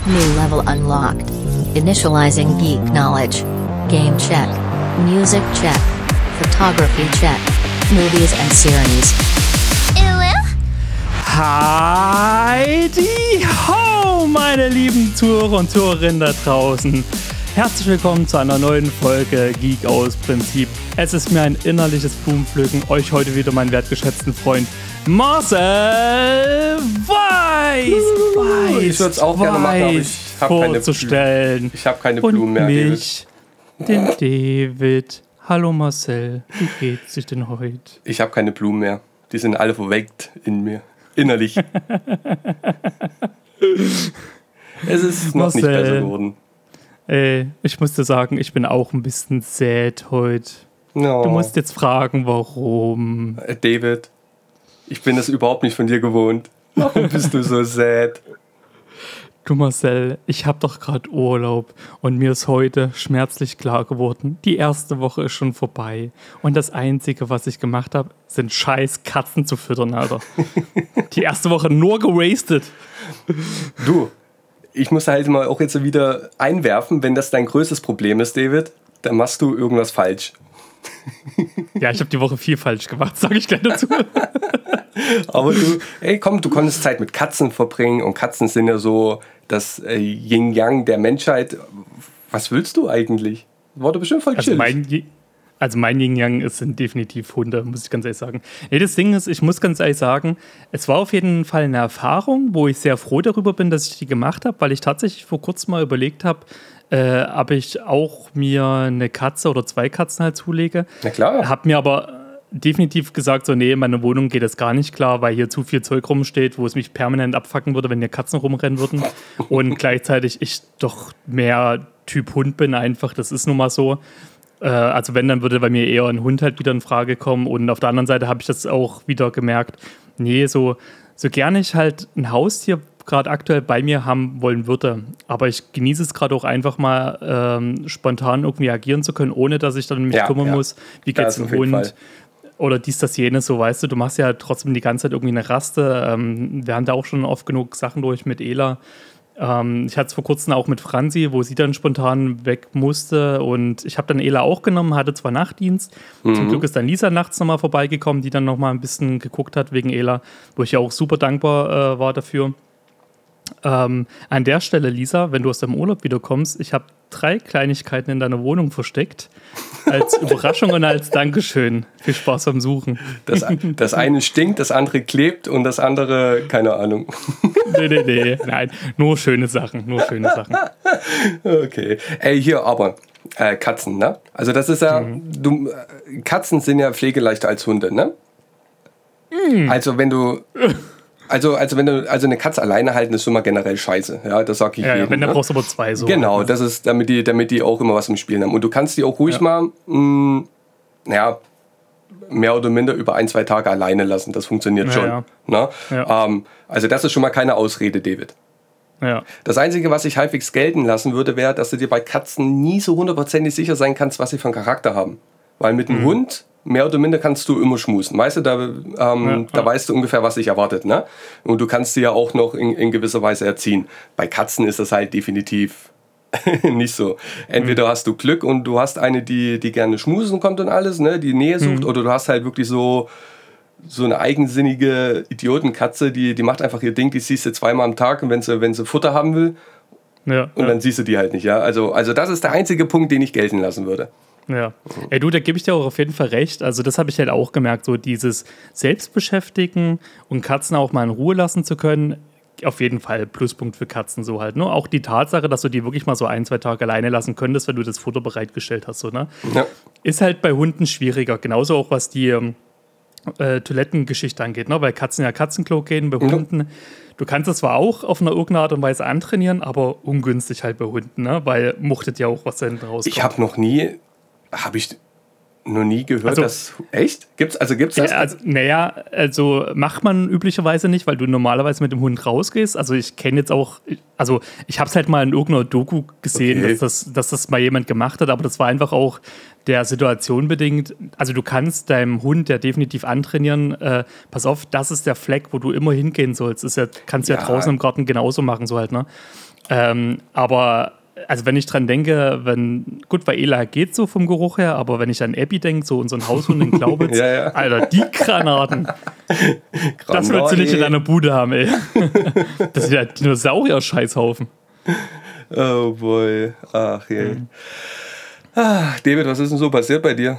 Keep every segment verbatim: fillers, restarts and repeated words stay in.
New level unlocked. Initializing geek knowledge. Game check. Music check. Photography check. Movies and series. Heidi ho, meine lieben Zuhörer und Zuhörerinnen da draußen. Herzlich willkommen zu einer neuen Folge Geek aus Prinzip. Es ist mir ein innerliches Blumenpflücken, euch heute wieder meinen wertgeschätzten Freund Marcel Weiß, Weiß, ich würde es auch gerne machen, aber ich habe keine vorzustellen. Ich habe keine Blumen mehr, und mich, David. den David. Hallo Marcel, wie geht's sich denn heute? Ich habe keine Blumen mehr. Die sind alle verwelkt in mir. Innerlich. Es ist noch Marcel, nicht besser geworden. Ey, ich muss dir sagen, ich bin auch ein bisschen sad heute. No. Du musst jetzt fragen, warum. David, ich bin das überhaupt nicht von dir gewohnt. Warum bist du so sad? Du Marcel, ich hab doch gerade Urlaub und mir ist heute schmerzlich klar geworden, die erste Woche ist schon vorbei und das Einzige, was ich gemacht habe, sind scheiß Katzen zu füttern, Alter. Die erste Woche nur gewastet. Du, ich muss halt mal auch jetzt wieder einwerfen, wenn das dein größtes Problem ist, David, dann machst du irgendwas falsch. Ja, ich habe die Woche viel falsch gemacht, sage ich gleich dazu. Aber du, ey komm, du konntest Zeit mit Katzen verbringen und Katzen sind ja so das äh, Yin-Yang der Menschheit. Was willst du eigentlich? War doch bestimmt voll also chill. Mein, also mein Yin-Yang ist sind definitiv Hunde, muss ich ganz ehrlich sagen. Nee, das Ding ist, ich muss ganz ehrlich sagen, es war auf jeden Fall eine Erfahrung, wo ich sehr froh darüber bin, dass ich die gemacht habe, weil ich tatsächlich vor kurzem mal überlegt habe, äh, ob ich auch mir eine Katze oder zwei Katzen halt zulege. Na klar. Hab mir aber definitiv gesagt, so nee, in meiner Wohnung geht das gar nicht klar, weil hier zu viel Zeug rumsteht, wo es mich permanent abfacken würde, wenn hier Katzen rumrennen würden. Und gleichzeitig ich doch mehr Typ Hund bin einfach, das ist nun mal so. Äh, also wenn, dann würde bei mir eher ein Hund halt wieder in Frage kommen. Und auf der anderen Seite habe ich das auch wieder gemerkt, nee, so, so gerne ich halt ein Haustier gerade aktuell bei mir haben wollen würde. Aber ich genieße es gerade auch einfach mal ähm, spontan irgendwie agieren zu können, ohne dass ich dann mich ja, kümmern ja. muss, wie geht's dem Hund Fall. oder dies, das, jenes, so weißt du, du machst ja trotzdem die ganze Zeit irgendwie eine Raste. Ähm, wir haben da auch schon oft genug Sachen durch mit Ela. Ähm, ich hatte es vor kurzem auch mit Franzi, wo sie dann spontan weg musste und ich habe dann Ela auch genommen, hatte zwar Nachtdienst, mhm. Zum Glück ist dann Lisa nachts nochmal vorbeigekommen, die dann nochmal ein bisschen geguckt hat wegen Ela, wo ich ja auch super dankbar äh, war dafür. Ähm, an der Stelle, Lisa, wenn du aus deinem Urlaub wiederkommst, ich habe drei Kleinigkeiten in deiner Wohnung versteckt. Als Überraschung und als Dankeschön. Viel Spaß beim Suchen. Das, das eine stinkt, das andere klebt und das andere, keine Ahnung. Nee, nee, nee. Nein, nur schöne Sachen. Nur schöne Sachen. Okay. Ey, hier aber, äh, Katzen, ne? Also das ist ja, mhm. du, Katzen sind ja pflegeleichter als Hunde, ne? Mhm. Also wenn du... Also, also wenn du also eine Katze alleine halten, ist schon mal generell scheiße. Ja, das sag ich ja, jedem. Ja, wenn, dann ne? brauchst du aber zwei so. Genau, das ist, damit die, damit die auch immer was im Spielen haben. Und du kannst die auch ruhig ja. mal, mh, ja, mehr oder minder über ein, zwei Tage alleine lassen. Das funktioniert ja, schon. Ja. Ne? Ja. Ähm, also das ist schon mal keine Ausrede, David. Ja. Das Einzige, was ich halbwegs gelten lassen würde, wäre, dass du dir bei Katzen nie so hundertprozentig sicher sein kannst, was sie für einen Charakter haben. Weil mit einem mhm. Hund... mehr oder minder kannst du immer schmusen. Weißt du, da, ähm, ja, da ja. weißt du ungefähr, was dich erwartet. Ne? Und du kannst sie ja auch noch in, in gewisser Weise erziehen. Bei Katzen ist das halt definitiv nicht so. Entweder mhm. hast du Glück und du hast eine, die, die gerne schmusen kommt und alles, ne? die Nähe sucht, mhm. oder du hast halt wirklich so, so eine eigensinnige Idiotenkatze, die, die macht einfach ihr Ding, die siehst du zweimal am Tag, und wenn sie, wenn sie Futter haben will, ja, und ja. dann siehst du die halt nicht. Ja? Also, also das ist der einzige Punkt, den ich gelten lassen würde. Ja. Ey, du, da gebe ich dir auch auf jeden Fall recht. Also das habe ich halt auch gemerkt, so dieses Selbstbeschäftigen und Katzen auch mal in Ruhe lassen zu können, auf jeden Fall Pluspunkt für Katzen so halt. Ne? Auch die Tatsache, dass du die wirklich mal so ein, zwei Tage alleine lassen könntest, wenn du das Futter bereitgestellt hast. So, ne? Ja. Ist halt bei Hunden schwieriger. Genauso auch, was die äh, Toilettengeschichte angeht. Ne? Weil Katzen ja Katzenklo gehen, bei Hunden... Ja. Du kannst es zwar auch auf eine irgendeine Art und Weise antrainieren, aber ungünstig halt bei Hunden, ne? Weil muchtet ja auch, was da hinten rauskommt. Ich habe noch nie... Habe ich noch nie gehört, also, dass... Echt? Gibt's, also gibt's das? Ja, also, naja, also macht man üblicherweise nicht, weil du normalerweise mit dem Hund rausgehst. Also ich kenne jetzt auch... Also ich habe es halt mal in irgendeiner Doku gesehen, okay. dass, das, dass das mal jemand gemacht hat, aber das war einfach auch der Situation bedingt, also du kannst deinem Hund ja definitiv antrainieren, äh, pass auf, das ist der Fleck, wo du immer hingehen sollst. Das ist ja, kannst du ja. ja draußen im Garten genauso machen, so halt, ne? Ähm, aber, also wenn ich dran denke, wenn, gut, bei Ela geht so vom Geruch her, aber wenn ich an Abby denke, so unseren Haushund in Glaubitz, ja, ja. Alter, die Granaten, das willst du nicht in deiner Bude haben, ey. Das ist ja Dinosaurier-Scheißhaufen. Oh boy, ach je. Mhm. Ah, David, was ist denn so passiert bei dir?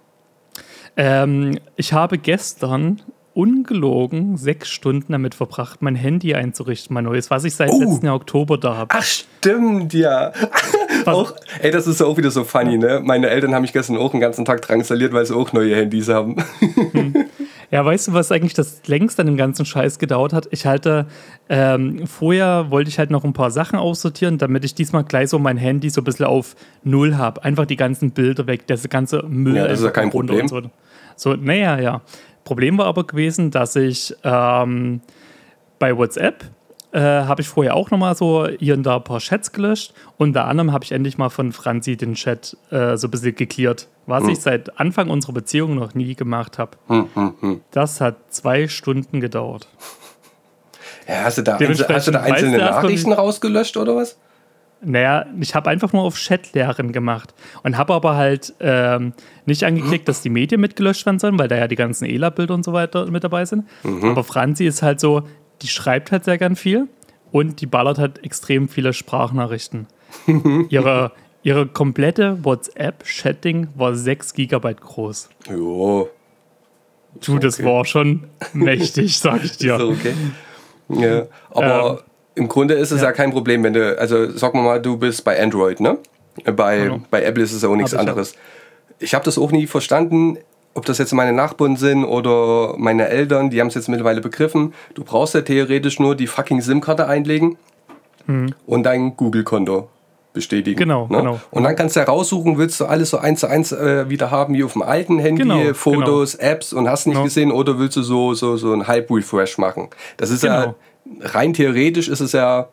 Ähm, ich habe gestern ungelogen sechs Stunden damit verbracht, mein Handy einzurichten, mein neues, was ich seit oh. letzten Jahr Oktober da habe. Ach stimmt, ja. Auch, ey, das ist auch wieder so funny, ne? Meine Eltern haben mich gestern auch den ganzen Tag drangsaliert, weil sie auch neue Handys haben. Hm. Ja, weißt du, was eigentlich das längst an dem ganzen Scheiß gedauert hat? Ich halte, ähm, vorher wollte ich halt noch ein paar Sachen aussortieren, damit ich diesmal gleich so mein Handy so ein bisschen auf Null habe. Einfach die ganzen Bilder weg, das ganze Müll. Ja, das ist ja kein Problem. So, so, naja, ja. Problem war aber gewesen, dass ich ähm, bei WhatsApp äh, habe ich vorher auch nochmal so hier und da ein paar Chats gelöscht. Unter anderem habe ich endlich mal von Franzi den Chat äh, so ein bisschen geklärt, was hm. ich seit Anfang unserer Beziehung noch nie gemacht habe. Hm, hm, hm. Das hat zwei Stunden gedauert. Ja, hast du da, hast du da einzelne Nachrichten rausgelöscht oder was? Naja, ich habe einfach nur auf Chat-Leeren gemacht und habe aber halt ähm, nicht angeklickt, dass die Medien mitgelöscht werden sollen, weil da ja die ganzen Ela-Bilder und so weiter mit dabei sind. Mhm. Aber Franzi ist halt so, die schreibt halt sehr gern viel und die ballert halt extrem viele Sprachnachrichten. ihre, ihre komplette WhatsApp-Chatting war sechs Gigabyte groß. Jo. Du, das okay. war schon mächtig, sag ich dir. Ist okay. Ja, aber... Ähm, im Grunde ist es ja. ja kein Problem, wenn du, also sag mal, du bist bei Android, ne? Bei, genau. bei Apple ist es auch nichts hab ich anderes. Auch. Ich habe das auch nie verstanden, ob das jetzt meine Nachbarn sind oder meine Eltern, die haben es jetzt mittlerweile begriffen. Du brauchst ja theoretisch nur die fucking SIM-Karte einlegen mhm. und dein Google-Konto bestätigen. Genau, ne? genau. Und dann kannst du ja raussuchen, willst du alles so eins zu eins äh, wieder haben wie auf dem alten Handy, genau, Fotos, genau. Apps und hast nicht genau. gesehen, oder willst du so, so, so ein Halb-Refresh machen? Das ist genau. ja... Rein theoretisch ist es ja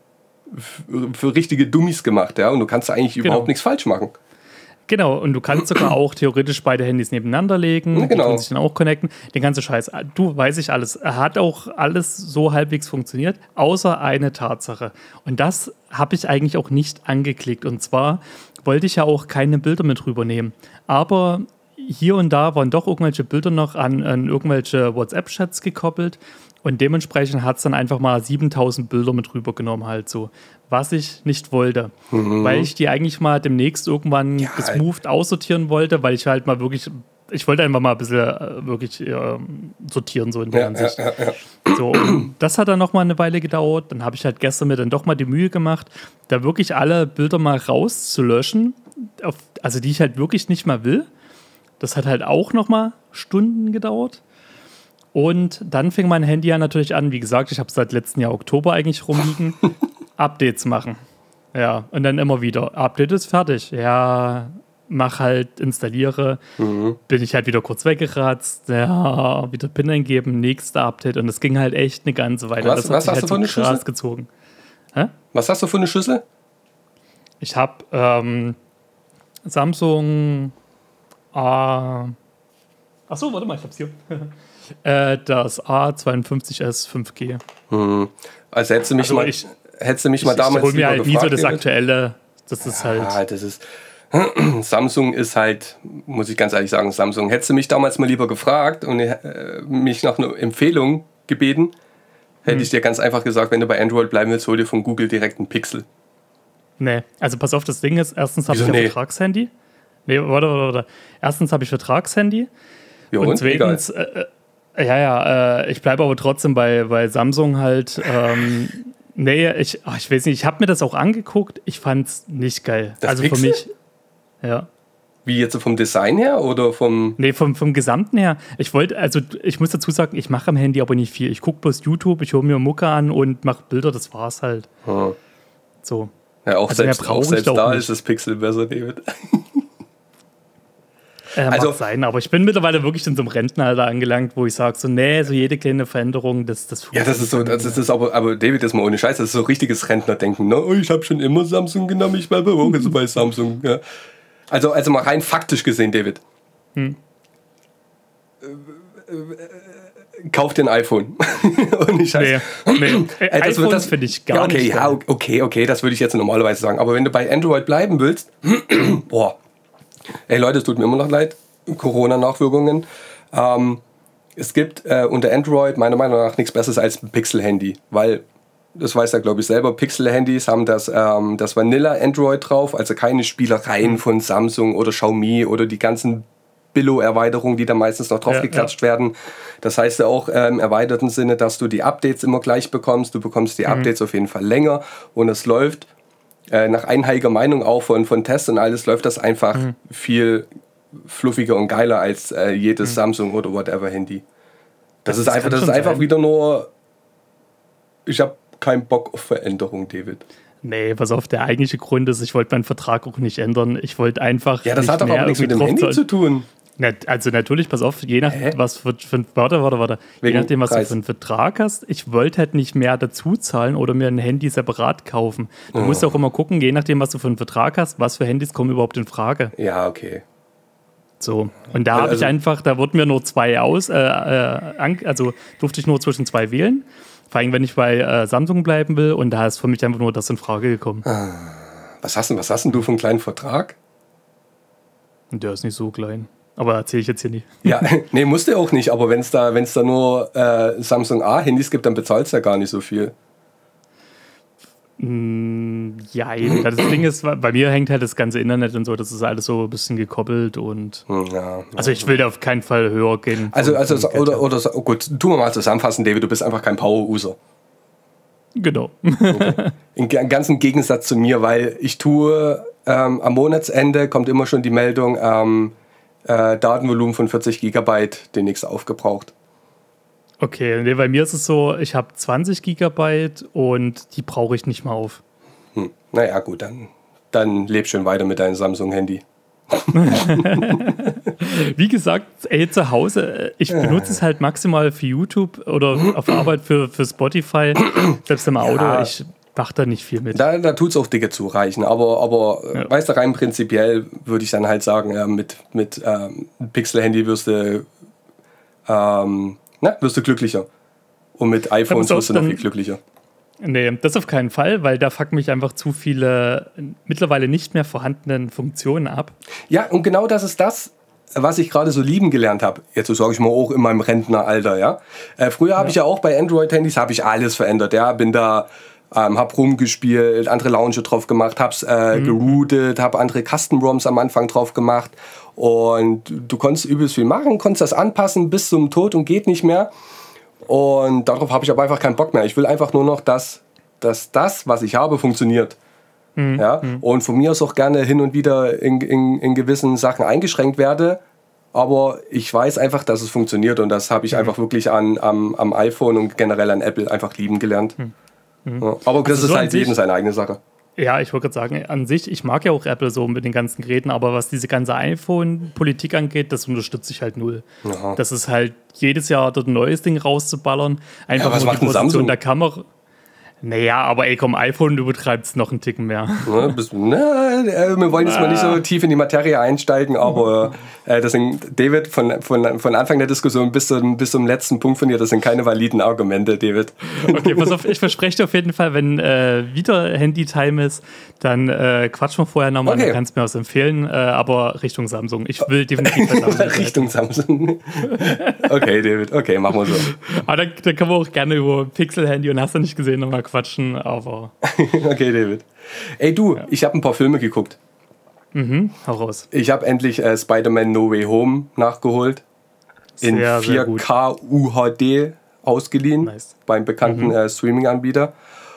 für richtige Dummies gemacht, ja, und du kannst da eigentlich genau. überhaupt nichts falsch machen. Genau, und du kannst sogar auch theoretisch beide Handys nebeneinander legen, ja, genau. die können sich dann auch connecten, den ganzen Scheiß. Du, weiß ich alles, hat auch alles so halbwegs funktioniert, außer eine Tatsache. Und das habe ich eigentlich auch nicht angeklickt. Und zwar wollte ich ja auch keine Bilder mit rübernehmen, aber hier und da waren doch irgendwelche Bilder noch an, an irgendwelche WhatsApp-Chats gekoppelt. Und dementsprechend hat es dann einfach mal siebentausend Bilder mit rübergenommen halt so. Was ich nicht wollte. Mhm. Weil ich die eigentlich mal demnächst irgendwann ja, gesmoothed aussortieren wollte, weil ich halt mal wirklich, ich wollte einfach mal ein bisschen äh, wirklich äh, sortieren so in der ja, Hinsicht. Ja, ja, ja. So, das hat dann noch mal eine Weile gedauert. Dann habe ich halt gestern mir dann doch mal die Mühe gemacht, da wirklich alle Bilder mal rauszulöschen, auf, also die ich halt wirklich nicht mal will. Das hat halt auch noch mal Stunden gedauert. Und dann fing mein Handy ja natürlich an, wie gesagt, ich habe es seit letzten Jahr Oktober eigentlich rumliegen, Updates machen. Ja, und dann immer wieder, Update ist fertig. Ja, mach halt, installiere. Mhm. Bin ich halt wieder kurz weggeratzt. Ja, wieder PIN eingeben, nächste Update. Und das ging halt echt eine ganze Weile. Was, das was hast halt du für eine so Schüssel? Gezogen. Hä? Was hast du für eine Schüssel? Ich habe ähm, Samsung A... Achso, warte mal, ich hab's hier. Äh, das A zweiundfünfzig S fünf G. Hm. Also hättest du mich also mal, ich, hättest du mich mal ich, damals ich hol mir halt nie so das David? Aktuelle. Das ist ja, halt. Das ist, Samsung ist halt, muss ich ganz ehrlich sagen, Samsung. Hättest du mich damals mal lieber gefragt und äh, mich nach einer Empfehlung gebeten, hätte hm. ich dir ganz einfach gesagt, wenn du bei Android bleiben willst, hol dir von Google direkt einen Pixel. Nee, also pass auf, das Ding ist, erstens habe ich ein nee? Vertragshandy. Nee, warte, warte, warte. Erstens habe ich Vertragshandy. Ja, und, und zweitens, äh, ja, ja, äh, ich bleibe aber trotzdem bei, bei Samsung halt. Ähm, nee, ich, ach, ich weiß nicht, ich habe mir das auch angeguckt, ich fand es nicht geil. Das also Pixel? für mich, ja. Wie jetzt vom Design her oder vom... Nee, vom, vom Gesamten her. Ich wollte, also ich muss dazu sagen, ich mache am Handy aber nicht viel. Ich gucke bloß YouTube, ich höre mir Mucke an und mache Bilder, das war's halt. Hm. So. Ja, auch also selbst, auch selbst da nicht. Ist das Pixel besser, David. Äh, also, mag sein, aber ich bin mittlerweile wirklich in so einem Rentenalter angelangt, wo ich sage, so, nee, so jede kleine Veränderung, das, das ja, das ist so, das ist aber, aber David, das ist mal ohne Scheiß, das ist so richtiges Rentnerdenken, ne? Oh, ich habe schon immer Samsung genommen, ich bleibe auch jetzt bei Samsung, ja. Also, also mal rein faktisch gesehen, David. Hm. Kauf dir ein iPhone. Und ich nee, nee. Ey, das iPhone finde ich gar ja, okay, nicht. Ja, okay, okay, das würde ich jetzt normalerweise sagen. Aber wenn du bei Android bleiben willst, boah, ey Leute, es tut mir immer noch leid, Corona-Nachwirkungen. Ähm, es gibt äh, unter Android meiner Meinung nach nichts Besseres als ein Pixel-Handy, weil, das weiß er glaube ich selber, Pixel-Handys haben das, ähm, das Vanilla-Android drauf, also keine Spielereien von Samsung oder Xiaomi oder die ganzen Billo-Erweiterungen, die da meistens noch drauf ja, geklatscht ja. werden. Das heißt ja auch äh, im erweiterten Sinne, dass du die Updates immer gleich bekommst. Du bekommst die mhm. Updates auf jeden Fall länger und es läuft äh, nach einheiliger Meinung auch von, von Tests und alles, läuft das einfach mhm. viel fluffiger und geiler als äh, jedes mhm. Samsung oder whatever Handy. Das, das ist einfach, das ist einfach wieder nur, ich habe keinen Bock auf Veränderung, David. Nee, pass auf, der eigentliche Grund ist, ich wollte meinen Vertrag auch nicht ändern. Ich wollte einfach. Ja, das hat doch auch nichts mit dem Handy zu tun. Also natürlich, pass auf, je nach Hä? was für, für warte, warte, warte. Je nachdem, was Preis. du für einen Vertrag hast, ich wollte halt nicht mehr dazu zahlen oder mir ein Handy separat kaufen. Du oh. musst auch immer gucken, je nachdem, was du für einen Vertrag hast, was für Handys kommen überhaupt in Frage. Ja, okay. So, und da also, habe ich einfach, da wurden mir nur zwei aus, äh, äh, also durfte ich nur zwischen zwei wählen. Vor allem, wenn ich bei äh, Samsung bleiben will, und da ist für mich einfach nur das in Frage gekommen. Was hast, denn, was hast denn du für einen kleinen Vertrag? Der ist nicht so klein. Aber erzähle ich jetzt hier nicht. Ja, nee, musst du auch nicht. Aber wenn es da, wenn's da nur äh, Samsung A-Handys gibt, dann bezahlst du ja gar nicht so viel. Mm, ja, das Ding ist, bei mir hängt halt das ganze Internet und so, das ist alles so ein bisschen gekoppelt und ja, also ich will da auf keinen Fall höher gehen. Also, also oder, oder oh gut, tun wir mal zusammenfassen, David, du bist einfach kein Power-User. Genau. Okay. Im ganzen Gegensatz zu mir, weil ich tue, ähm, am Monatsende kommt immer schon die Meldung, ähm, äh, Datenvolumen von vierzig Gigabyte demnächst aufgebraucht. Okay, nee, bei mir ist es so, ich habe zwanzig Gigabyte und die brauche ich nicht mal auf. Hm. Naja, gut, dann, dann leb schön weiter mit deinem Samsung-Handy. Wie gesagt, ey, zu Hause, ich benutze es halt maximal für YouTube oder auf Arbeit für, für Spotify, selbst im Auto, ja, ich mache da nicht viel mit. Da, da tut es auch dicke zureichen, aber, aber ja. weißt du, rein prinzipiell würde ich dann halt sagen, äh, mit, mit ähm, Pixel-Handy wirst du ähm, Na, wirst du glücklicher. Und mit iPhones wirst du noch viel glücklicher. Nee, das auf keinen Fall, weil da fucken mich einfach zu viele mittlerweile nicht mehr vorhandenen Funktionen ab. Ja, und genau das ist das, was ich gerade so lieben gelernt habe. Jetzt so sage ich mal auch in meinem Rentneralter, ja. Äh, früher habe ja. ich ja auch bei Android-Handys habe ich alles verändert, ja. Bin da, ähm, hab rumgespielt, andere Launcher drauf gemacht, hab's äh, mhm. geroutet, hab andere Custom-ROMs am Anfang drauf gemacht. Und du konntest übelst viel machen, konntest das anpassen bis zum Tod und geht nicht mehr. Und darauf habe ich aber einfach keinen Bock mehr. Ich will einfach nur noch, dass, dass das, was ich habe, funktioniert. Mhm. Ja? Und von mir aus auch gerne hin und wieder in, in, in gewissen Sachen eingeschränkt werde. Aber ich weiß einfach, dass es funktioniert. Und das habe ich mhm. einfach wirklich an, am, am iPhone und generell an Apple einfach lieben gelernt. Mhm. Ja. Aber das also ist so halt jedem seine eigene Sache. Ja, ich wollte gerade sagen, an sich, ich mag ja auch Apple so mit den ganzen Geräten, aber was diese ganze iPhone-Politik angeht, das unterstütze ich halt null. Aha. Das ist halt jedes Jahr dort ein neues Ding rauszuballern. Einfach ja, was nur macht die Position Samsung? Der Kamera. Naja, aber ey, komm, iPhone, du betreibst noch einen Ticken mehr. Ja, bis, na, wir wollen jetzt mal nicht so tief in die Materie einsteigen, aber äh, das sind, David, von, von, von Anfang der Diskussion bis zum, bis zum letzten Punkt von dir, das sind keine validen Argumente, David. Okay, pass auf, ich verspreche dir auf jeden Fall, wenn äh, wieder Handy-Time ist, dann äh, quatschen wir vorher nochmal, okay. Du kannst mir was empfehlen, äh, aber Richtung Samsung. Ich will definitiv bei Samsung. Richtung Samsung. Okay, David, okay, machen wir so. Aber dann, dann können wir auch gerne über Pixel-Handy und hast du nicht gesehen, nochmal quatschen, aber... Okay, David. Ey, du, ja. Ich habe ein paar Filme geguckt. Mhm, hau raus. Ich habe endlich äh, Spider-Man No Way Home nachgeholt. In sehr, vier K sehr U H D ausgeliehen. Nice. Beim bekannten mhm. äh, Streaming-Anbieter.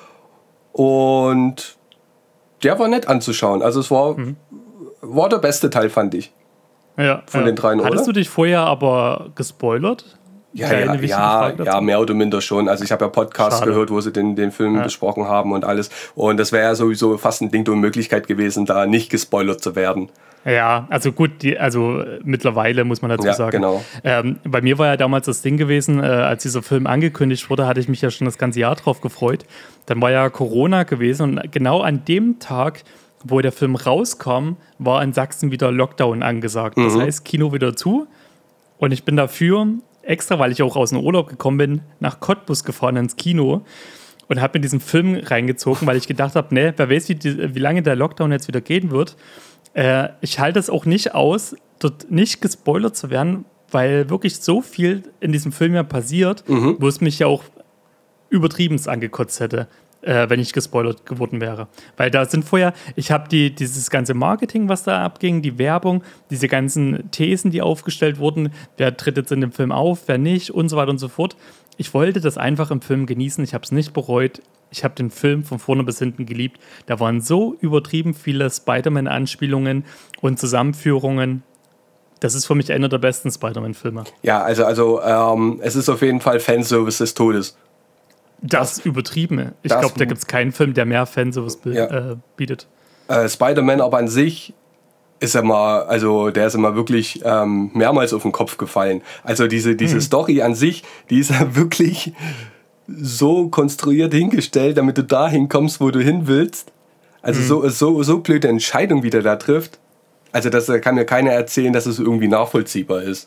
Und der war nett anzuschauen. Also es war, mhm. war der beste Teil, fand ich. Ja, von ja. den dreien, oder? Hattest du dich vorher aber gespoilert? Ja, ja, ja, ja, mehr oder minder schon. Also ich habe ja Podcasts Schade. gehört, wo sie den, den Film ja. besprochen haben und alles. Und das wäre ja sowieso fast ein Ding der Unmöglichkeit gewesen, da nicht gespoilert zu werden. Ja, also gut, die, also mittlerweile muss man dazu ja, sagen. Genau. Ähm, bei mir war ja damals das Ding gewesen, äh, als dieser Film angekündigt wurde, hatte ich mich ja schon das ganze Jahr drauf gefreut. Dann war ja Corona gewesen und genau an dem Tag wo der Film rauskam, war in Sachsen wieder Lockdown angesagt. Das Mhm. heißt, Kino wieder zu. Und ich bin dafür, extra, weil ich auch aus dem Urlaub gekommen bin, nach Cottbus gefahren ins Kino und habe mir diesen Film reingezogen, weil ich gedacht habe, ne, wer weiß, wie, die, wie lange der Lockdown jetzt wieder gehen wird. Äh, ich halte es auch nicht aus, dort nicht gespoilert zu werden, weil wirklich so viel in diesem Film ja passiert, Mhm. wo es mich ja auch übertriebenst angekotzt hätte, äh, wenn ich gespoilert geworden wäre. Weil da sind vorher, ich habe die, dieses ganze Marketing, was da abging, die Werbung, diese ganzen Thesen, die aufgestellt wurden, wer tritt jetzt in dem Film auf, wer nicht und so weiter und so fort. Ich wollte das einfach im Film genießen, ich habe es nicht bereut. Ich habe den Film von vorne bis hinten geliebt. Da waren so übertrieben viele Spider-Man-Anspielungen und Zusammenführungen. Das ist für mich einer der besten Spider-Man-Filme. Ja, also, also ähm, es ist auf jeden Fall Fanservice des Todes. Das, das Übertriebene. Ich das- glaube, da gibt es keinen Film, der mehr Fanservice be- Ja. äh, bietet. Äh, Spider-Man aber an sich ist ja mal, also der ist immer wirklich ähm, mehrmals auf den Kopf gefallen. Also diese, diese Mhm. Story an sich, die ist ja wirklich so konstruiert hingestellt, damit du dahin kommst, wo du hin willst. Also Mhm. so, so, so blöde Entscheidung, wie der da trifft. Also das äh, kann mir keiner erzählen, dass es irgendwie nachvollziehbar ist.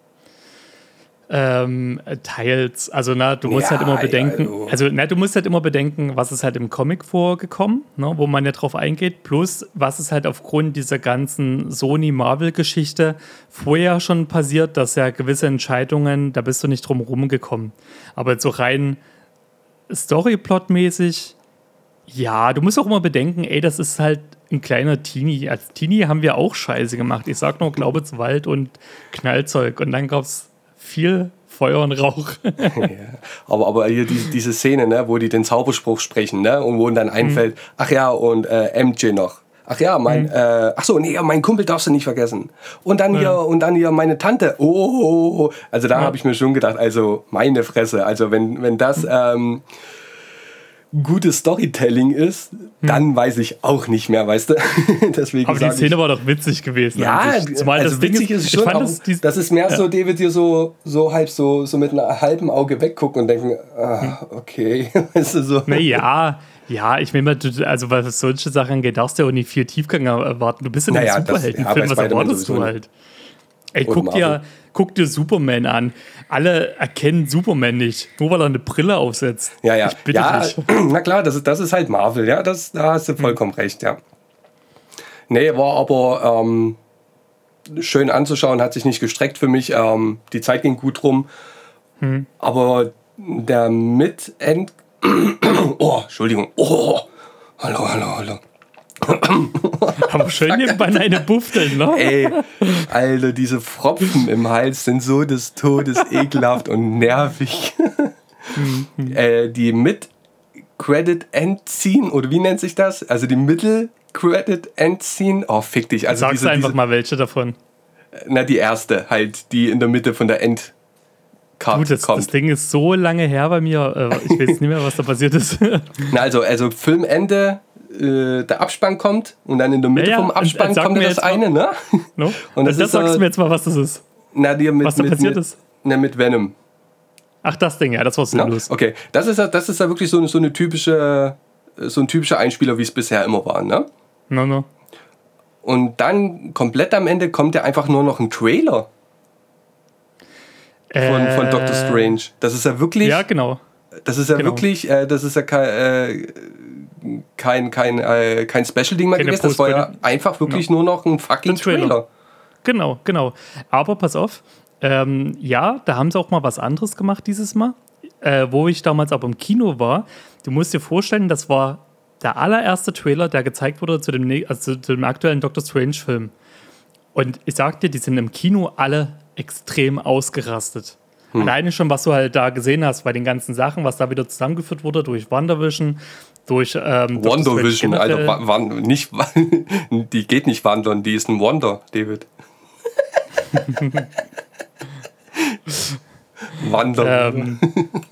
Ähm, teils, also na, du musst Ja, halt immer ja, bedenken, also- also na, du musst halt immer bedenken, was ist halt im Comic vorgekommen, ne, wo man ja drauf eingeht, plus was ist halt aufgrund dieser ganzen Sony-Marvel-Geschichte vorher schon passiert, dass ja gewisse Entscheidungen, da bist du nicht drum rumgekommen. Aber jetzt so rein Storyplot-mäßig, ja, du musst auch immer bedenken, ey, das ist halt ein kleiner Teenie. Als Teenie haben wir auch Scheiße gemacht. Ich sag nur Glaubenswald und Knallzeug und dann gab's viel Feuer und Rauch. Aber, aber hier die, diese Szene, ne, wo die den Zauberspruch sprechen, ne, und wo ihnen dann einfällt, ach ja, und äh, M J noch. Ach ja, mein, Mhm. äh, ach so, nee, ja, mein Kumpel darfst du nicht vergessen. Und dann Ja. hier, und dann hier meine Tante. Oh, oh, oh, oh. Also da Ja. habe ich mir schon gedacht, also meine Fresse. Also wenn, wenn das ähm, gutes Storytelling ist, dann weiß ich auch nicht mehr, weißt du? Deswegen Aber die sag Szene ich, war doch witzig gewesen. ja, an sich. Zumal also das Ding witzig ist, es schon, ich fand aber das, dies- das ist mehr ja. so, David dir so, so halb so, so mit einem halben Auge weggucken und denken, ah, okay, weißt du, so. Naja, ja, ich meine, du- also was solche Sachen angeht, darfst du ja auch nicht viel Tiefgang erwarten. Du bist in einem Naja, das- Superheldenfilm, ja, bei was Spider-Man erwartest sowieso du nicht. halt? Ey, Und guck dir, Marvel. guck dir Superman an. Alle erkennen Superman nicht, nur weil er eine Brille aufsetzt. Ja, ja. Ich bitte ja, dich. na klar, das ist, das ist halt Marvel, ja, das, da hast du vollkommen recht, ja. Nee, war aber ähm, schön anzuschauen, hat sich nicht gestreckt für mich. Ähm, die Zeit ging gut rum. Hm. Aber der Mid-End. Oh, Entschuldigung. Oh, hallo, hallo, hallo. Aber schön nebenbei eine Bufteln, ne? Ey, Alter, diese Pfropfen im Hals sind so des Todes ekelhaft und nervig. äh, die Mid-Credit-End-Scene, oder wie nennt sich das? Also die Middle-Credit-End-Scene. Oh, fick dich. Also Sagst diese, einfach diese, mal welche davon. Na, die erste halt, die in der Mitte von der End Gut, das, kommt. das Ding ist so lange her bei mir, äh, ich weiß nicht mehr, was da passiert ist. Na, also, also Filmende, äh, der Abspann kommt und dann in der Mitte Ja, ja, vom Abspann und- und sag kommt mir das jetzt mal- eine, ne? No? Und Und das das, ist, sagst äh, du mir jetzt mal, was das ist. Na, die mit, Was da mit, passiert mit, ist? Na, mit Venom. Ach, das Ding, ja, das war Ne? sinnlos. Okay, das ist ja, das ist ja wirklich so, so eine typische, so ein typischer Einspieler, wie es bisher immer war, ne? No, no. Und dann komplett am Ende kommt ja einfach nur noch ein Trailer von, Äh, von Doctor Strange. Das ist ja wirklich, Ja, genau. das ist ja genau. wirklich, äh, das ist ja kein, äh, kein, kein, äh, kein Special-Ding mehr Keine gewesen. Das war ja Post-Credit. einfach wirklich nur noch ein fucking Ein Trailer. Trailer. Genau, genau. Aber pass auf, ähm, ja, da haben sie auch mal was anderes gemacht dieses Mal. Äh, wo ich damals aber im Kino war, du musst dir vorstellen, das war der allererste Trailer, der gezeigt wurde zu dem, ne- also zu dem aktuellen Doctor Strange-Film. Und ich sag dir, die sind im Kino alle extrem ausgerastet. Hm. Alleine schon, was du halt da gesehen hast bei den ganzen Sachen, was da wieder zusammengeführt wurde durch WandaVision, durch ähm, Doctor Strange WandaVision, Alter, generell. wa- wan- nicht, die geht nicht wandern, die ist ein Wonder, David. Wandern. Ähm,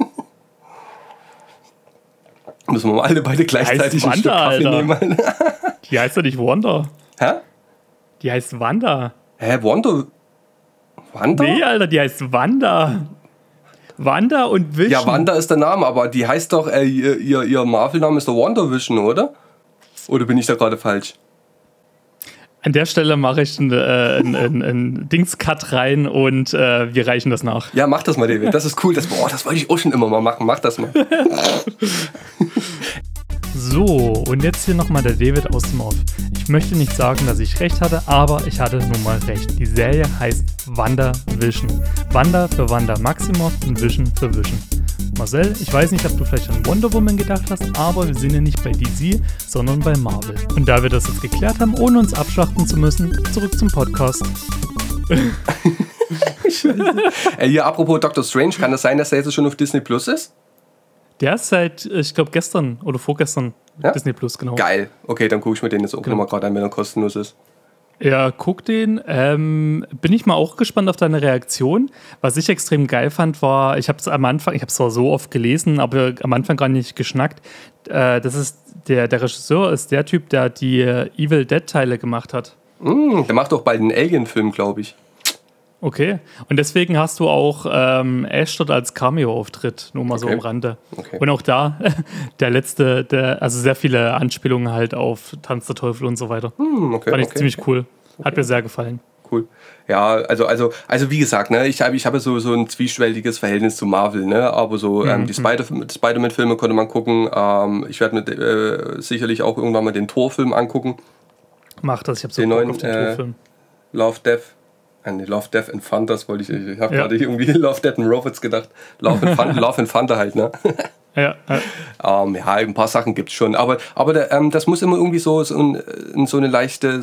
Müssen wir mal alle beide gleichzeitig Heißt ein Stück Wanda, Kaffee Alter. nehmen. die heißt doch nicht Wanda. Hä? Die heißt Wanda. Hä, Wanda? Wanda? Nee, Alter, die heißt Wanda. Wanda und Vision. Ja, Wanda ist der Name, aber die heißt doch, äh, ihr, ihr, ihr Marvel-Name ist der WandaVision, oder? Oder bin ich da gerade falsch? An der Stelle mache ich einen, äh, einen, einen, einen Dings-Cut rein und äh, wir reichen das nach. Ja, mach das mal, David. Das ist cool. Das, boah, das wollte ich auch schon immer mal machen. Mach das mal. So, und jetzt hier nochmal der David aus dem Off. Ich möchte nicht sagen, dass ich recht hatte, aber ich hatte nun mal recht. Die Serie heißt WandaVision. Wanda für Wanda Maximoff und Vision für Vision. Marcel, ich weiß nicht, ob du vielleicht an Wonder Woman gedacht hast, aber wir sind ja nicht bei D C, sondern bei Marvel. Und da wir das jetzt geklärt haben, ohne uns abschlachten zu müssen, zurück zum Podcast. Ey, hier, apropos Doctor Strange, kann das sein, dass er jetzt schon auf Disney Plus ist? Der ist seit, ich glaube, gestern oder vorgestern ja? Disney Plus, genau. Geil. Okay, dann gucke ich mir den jetzt auch genau. nochmal gerade an, wenn er kostenlos ist. Ja, guck den. Ähm, bin ich mal auch gespannt auf deine Reaktion. Was ich extrem geil fand, war, ich habe es am Anfang, ich habe es zwar so oft gelesen, aber am Anfang gar nicht geschnackt. Äh, das ist der, der Regisseur ist der Typ, der die äh, Evil Dead Teile gemacht hat. Mm, der macht auch bald einen Alien-Film, glaube ich. Okay. Und deswegen hast du auch ähm, Ash dort als Cameo-Auftritt, nur mal okay. so am Rande. Okay. Und auch da, der letzte, der, also sehr viele Anspielungen halt auf Tanz der Teufel und so weiter. Hm, okay, Fand ich okay. ziemlich cool. Hat okay. mir sehr gefallen. Cool. Ja, also, also, also wie gesagt, ne, ich habe ich hab so, so ein zwiespältiges Verhältnis zu Marvel, ne? Aber so ähm, mhm. die Spider- Spider-Man-Filme konnte man gucken. Ähm, ich werde mir äh, sicherlich auch irgendwann mal den Thor-Film angucken. Mach das, ich habe so den Bock neuen, auf den äh, Thor-Film. Love, Death. Nee, Love, Death and Thunder, das wollte ich. Ich habe ja. gerade irgendwie Love, Death and Robots gedacht. Love and, Fun, Love and Thunder halt, ne? Ja, ja. Ähm, ja, ein paar Sachen gibt es schon. Aber, aber der, ähm, das muss immer irgendwie so, so in, in so eine leichte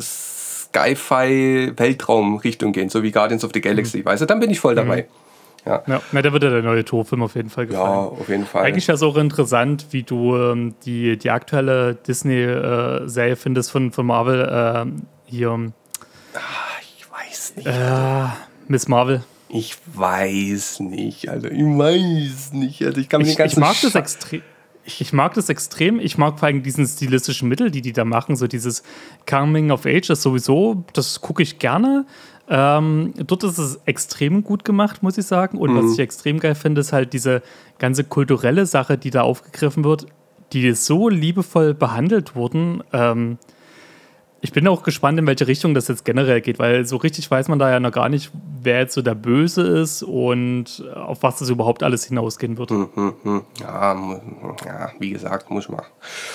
Sci-Fi-Weltraum-Richtung gehen, so wie Guardians of the Galaxy. Mhm. Weißt du, dann bin ich voll dabei. Mhm. Ja. Ja, na, da wird ja der neue Thor-Film auf jeden Fall gefallen. Ja, auf jeden Fall. Eigentlich ist es auch interessant, wie du ähm, die, die aktuelle Disney-Serie äh, findest von, von Marvel. Äh, hier. Ach, ich weiß nicht. Äh, Miss Marvel. Ich weiß nicht, also ich weiß nicht. Also ich kann mir ich, den ganzen ich mag das Scha- extrem. Ich mag das extrem. Ich mag vor allem diesen stilistischen Mittel, die die da machen. So dieses Coming of Age, das sowieso, das gucke ich gerne. Ähm, dort ist es extrem gut gemacht, muss ich sagen. Und mhm. was ich extrem geil finde, ist halt diese ganze kulturelle Sache, die da aufgegriffen wird, die so liebevoll behandelt wurden. Ähm, ich bin auch gespannt, in welche Richtung das jetzt generell geht, weil so richtig weiß man da ja noch gar nicht, wer jetzt so der Böse ist und auf was das überhaupt alles hinausgehen wird. Mhm. Ja, ja, wie gesagt, muss ich mal.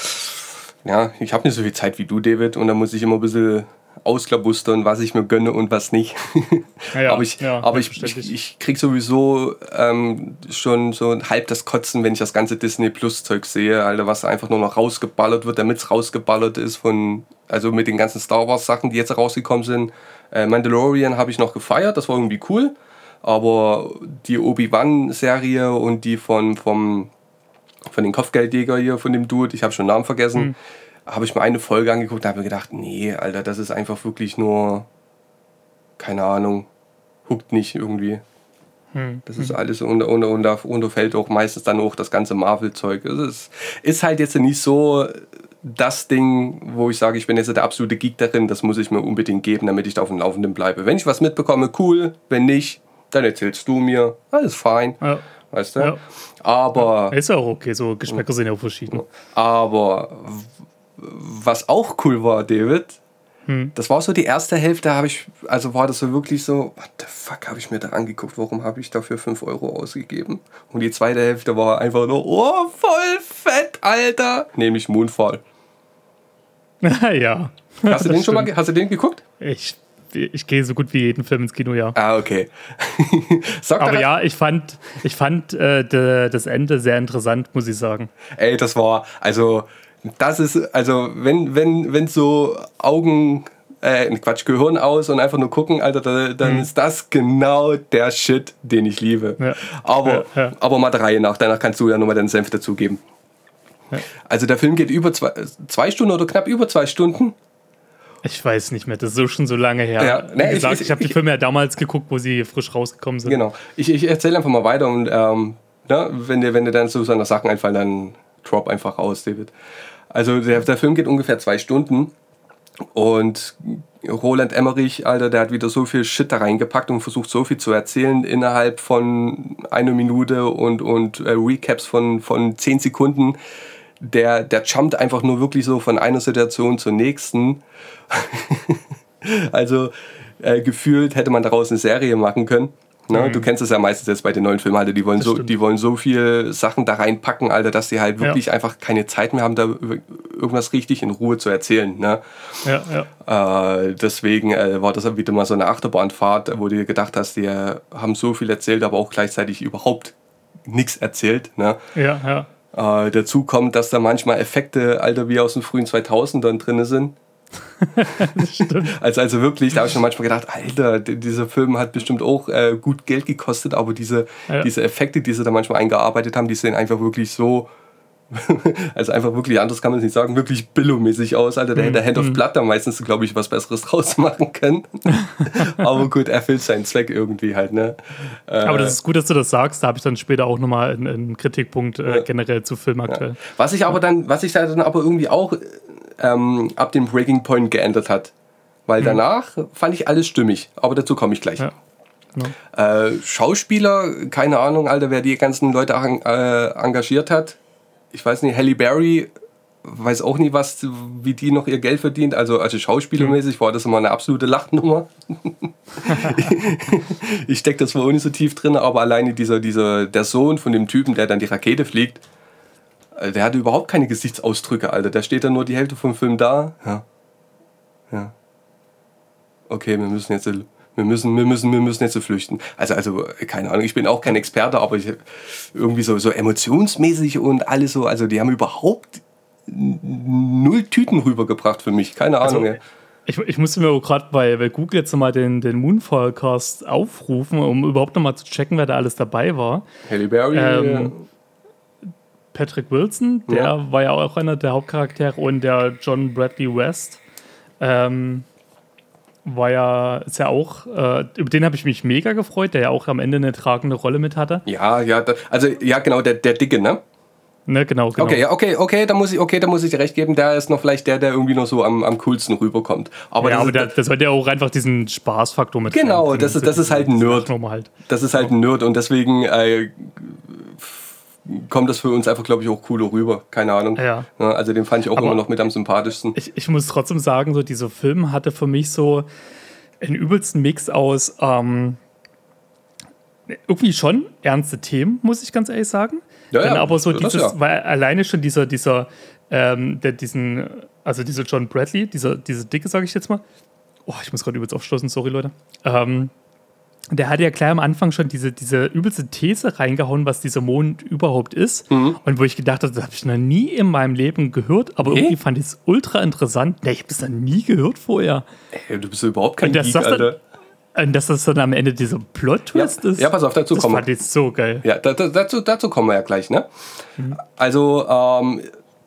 Ja, ich habe nicht so viel Zeit wie du, David, und da muss ich immer ein bisschen ausklabustern, was ich mir gönne und was nicht. Ja, ja, aber ich, ja, aber ich, ich, ich krieg sowieso ähm, schon so halb das Kotzen, wenn ich das ganze Disney Plus Zeug sehe, Alter, was einfach nur noch rausgeballert wird, damit es rausgeballert ist von, also mit den ganzen Star Wars Sachen, die jetzt rausgekommen sind. Äh, Mandalorian habe ich noch gefeiert, das war irgendwie cool, aber die Obi-Wan Serie und die von, vom, von den Kopfgeldjäger hier, von dem Dude, ich habe schon den Namen vergessen, mhm. habe ich mir eine Folge angeguckt und habe mir gedacht, nee, Alter, das ist einfach wirklich nur, keine Ahnung, huckt nicht irgendwie. Hm. Das ist alles unter, unter, unter, unterfällt auch meistens dann auch das ganze Marvel-Zeug. Es ist, ist halt jetzt nicht so das Ding, wo ich sage, ich bin jetzt der absolute Geek darin, das muss ich mir unbedingt geben, damit ich da auf dem Laufenden bleibe. Wenn ich was mitbekomme, cool, wenn nicht, dann erzählst du mir, alles fein. Ja. Weißt du? Ja. Aber. Ja, ist ja auch okay, so Geschmäcker sind ja auch verschieden. Aber was auch cool war, David, hm. das war so die erste Hälfte, habe ich, also war das so wirklich so, what the fuck habe ich mir da angeguckt, warum habe ich dafür fünf Euro ausgegeben? Und die zweite Hälfte war einfach nur, oh, voll fett, Alter, nämlich Moonfall. Ja. Hast du den schon mal, hast du den geguckt? Ich, ich gehe so gut wie jeden Film ins Kino, ja. Ah, okay. Aber ja, ich fand, ich fand äh, de, das Ende sehr interessant, muss ich sagen. Ey, das war, also das ist, also wenn, wenn, wenn so Augen, äh, Quatsch, Gehirn aus und einfach nur gucken, Alter, da, dann mhm. ist das genau der Shit, den ich liebe. Ja. Aber, ja, ja. aber mal der Reihe nach, danach kannst du ja nochmal deinen Senf dazugeben. Ja. Also der Film geht über zwei, zwei Stunden oder knapp über zwei Stunden. Ich weiß nicht mehr, das ist so schon so lange her. Ja, nee, Wie gesagt, ich, ich, ich habe die Filme ja damals geguckt, wo sie frisch rausgekommen sind. Genau. Ich, ich erzähle einfach mal weiter und ähm, ne, wenn, dir, wenn dir dann so seine Sachen einfallen, dann drop einfach aus, David. Also der, der Film geht ungefähr zwei Stunden und Roland Emmerich, Alter, der hat wieder so viel Shit da reingepackt und versucht so viel zu erzählen innerhalb von einer Minute und, und äh, Recaps von, von zehn Sekunden. Der, der jumpt einfach nur wirklich so von einer Situation zur nächsten. Also äh, gefühlt hätte man daraus eine Serie machen können. Ne? Mhm. Du kennst es ja meistens jetzt bei den neuen Filmen, Alter, die wollen, so, die wollen so viel Sachen da reinpacken, Alter, dass sie halt wirklich ja. einfach keine Zeit mehr haben, da irgendwas richtig in Ruhe zu erzählen. Ne? Ja, ja. Äh, deswegen äh, war das wieder mal so eine Achterbahnfahrt, wo du dir gedacht hast, die haben so viel erzählt, aber auch gleichzeitig überhaupt nichts erzählt. Ne? Ja, ja. Äh, dazu kommt, dass da manchmal Effekte, Alter, wie aus den frühen zweitausendern drin sind. Das stimmt. Also, also wirklich, da habe ich schon manchmal gedacht, Alter, dieser Film hat bestimmt auch äh, gut Geld gekostet, aber diese, ja. diese Effekte, die sie da manchmal eingearbeitet haben, die sehen einfach wirklich so, also einfach wirklich, anders kann man es nicht sagen, wirklich billomäßig aus. Alter, der mm, hätte Hand mm. of Blood da meistens, glaube ich, was Besseres draus machen können. Aber gut, er erfüllt seinen Zweck irgendwie halt, ne? Äh, aber das ist gut, dass du das sagst, da habe ich dann später auch nochmal einen, einen Kritikpunkt äh, ja. generell zu Film aktuell. Ja. Was ich aber dann, was ich da dann aber irgendwie auch ähm, ab dem Breaking Point geändert hat, weil danach mhm. fand ich alles stimmig, aber dazu komme ich gleich. Ja. Ja. Äh, Schauspieler, keine Ahnung, Alter, wer die ganzen Leute äh, engagiert hat. Ich weiß nicht, Halle Berry, weiß auch nie, was, wie die noch ihr Geld verdient. Also, also schauspielermäßig war das immer eine absolute Lachnummer. Ich stecke das wohl auch nicht so tief drin, aber alleine dieser, dieser, der Sohn von dem Typen, der dann die Rakete fliegt, der hatte überhaupt keine Gesichtsausdrücke, Alter. Da steht dann nur die Hälfte vom Film da. Ja. Ja. Okay, wir müssen jetzt... Wir müssen, wir, müssen, wir müssen jetzt so flüchten. Also, also, keine Ahnung, ich bin auch kein Experte, aber ich, irgendwie so, so emotionsmäßig und alles so, also die haben überhaupt null Tüten rübergebracht für mich, keine Ahnung. Also, ich, ich musste mir gerade bei, bei Google jetzt nochmal den, den Moonfall-Cast aufrufen, um überhaupt nochmal zu checken, wer da alles dabei war. Halle Berry. Ähm, Patrick Wilson, der ja. war ja auch einer der Hauptcharaktere, und der John Bradley West. Ähm, war ja, ist ja auch, äh, über den habe ich mich mega gefreut, der ja auch am Ende eine tragende Rolle mit hatte. Ja, ja, da, also ja genau, der, der Dicke, ne? Ne, genau, genau. Okay, ja, okay, okay, da muss ich, okay, da muss ich dir recht geben, der ist noch vielleicht der, der irgendwie noch so am, am coolsten rüberkommt. Aber ja, das aber ist, der, das sollte ja auch einfach diesen Spaßfaktor mit. Genau, das ist, das ist halt ein Nerd. Halt. Das ist halt ein Nerd und deswegen äh, kommt das für uns einfach, glaube ich, auch cooler rüber. Keine Ahnung. Ja. Ja, also den fand ich auch aber immer noch mit am sympathischsten. Ich, ich muss trotzdem sagen, so dieser Film hatte für mich so einen übelsten Mix aus ähm, irgendwie schon ernste Themen, muss ich ganz ehrlich sagen. Ja, Dann ja, aber so dieses, ja. weil alleine schon dieser, dieser, ähm, der, diesen, also dieser John Bradley, dieser, diese Dicke, sage ich jetzt mal. Oh, ich muss gerade übelst aufstoßen, sorry Leute. Ähm, der hatte ja gleich am Anfang schon diese, diese übelste These reingehauen, was dieser Mond überhaupt ist. Mhm. Und wo ich gedacht habe, das habe ich noch nie in meinem Leben gehört, aber nee? irgendwie fand ich es ultra interessant. Nee, ich habe das noch nie gehört vorher. Ey, du bist überhaupt kein Geek, Alter. Und dass das dann am Ende dieser Plot-Twist ja, ist. Ja, pass auf, dazu das kommen wir. Das fand ich so geil. Ja, da, da, dazu, dazu kommen wir ja gleich, ne? Mhm. Also, ähm,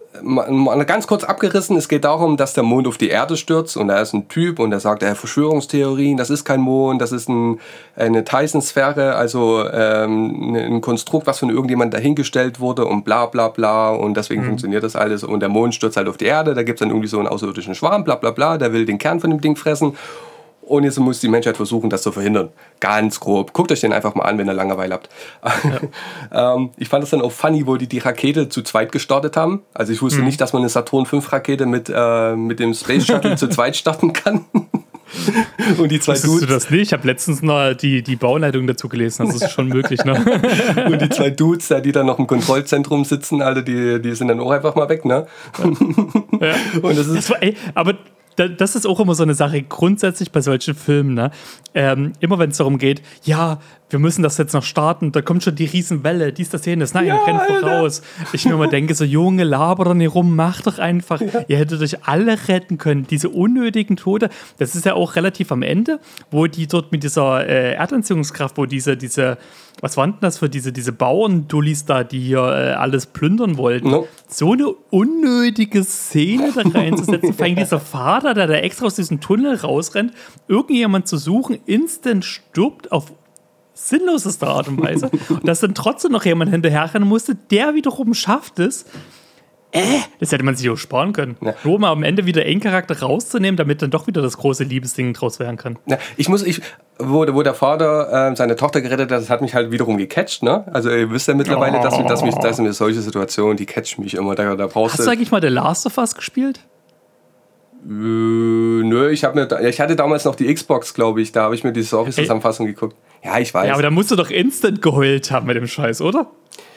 mal ganz kurz abgerissen, es geht darum, dass der Mond auf die Erde stürzt und da ist ein Typ und der sagt, äh, Verschwörungstheorien, das ist kein Mond, das ist ein, eine Dyson-Sphäre, also ähm, ein Konstrukt, was von irgendjemandem dahingestellt wurde und bla bla bla und deswegen mhm. funktioniert das alles und der Mond stürzt halt auf die Erde, da gibt es dann irgendwie so einen außerirdischen Schwarm, bla bla bla, der will den Kern von dem Ding fressen. Und jetzt muss die Menschheit versuchen, das zu verhindern. Ganz grob. Guckt euch den einfach mal an, wenn ihr Langeweile habt. Ja. ähm, ich fand das dann auch funny, wo die die Rakete zu zweit gestartet haben. Also ich wusste mhm. nicht, dass man eine Saturn fünf Rakete mit, äh, mit dem Space Shuttle zu zweit starten kann. Und die zwei Wusstest Dudes. du das nicht? Ich habe letztens noch die, die Bauleitung dazu gelesen. Das ist schon möglich, ne? Und die zwei Dudes, die dann noch im Kontrollzentrum sitzen, Alter, die, die sind dann auch einfach mal weg, ne? Ja. Und das ist das war, ey, aber das ist auch immer so eine Sache, grundsätzlich bei solchen Filmen, ne? Ähm, immer wenn es darum geht, ja, wir müssen das jetzt noch starten, da kommt schon die Riesenwelle, dies, das, jenes, nein, ja, rennt voraus. Ich mir immer denke, so, Junge, laber doch nicht rum, mach doch einfach. Ja. Ihr hättet euch alle retten können, diese unnötigen Tote. Das ist ja auch relativ am Ende, wo die dort mit dieser äh, Erdanziehungskraft, wo diese, diese, was waren denn das für diese, diese Bauerndullis da, die hier äh, alles plündern wollten. No. So eine unnötige Szene da reinzusetzen, vor allem dieser Vater, der da extra aus diesem Tunnel rausrennt, irgendjemand zu suchen, instant stirbt auf sinnloseste Art und Weise. Und dass dann trotzdem noch jemand hinterherrennen musste, der wiederum schafft es. Äh, das hätte man sich auch sparen können. Ja. Nur mal am Ende wieder einen Charakter rauszunehmen, damit dann doch wieder das große Liebesding draus werden kann. Ja, ich muss, ich, wo, wo der Vater äh, seine Tochter gerettet hat, das hat mich halt wiederum gecatcht, ne? Also ihr wisst ja mittlerweile, oh. dass, dass, mich, dass mir solche Situationen, die catchen mich immer. Da, da brauchst Hast du eigentlich mal The Last of Us gespielt? Äh, nö, ich, hab mir, da- ich hatte damals noch die Xbox, glaube ich. Da habe ich mir die Story-Zusammenfassung geguckt. Ja, ich weiß. Ja, aber da musst du doch instant geheult haben mit dem Scheiß, oder?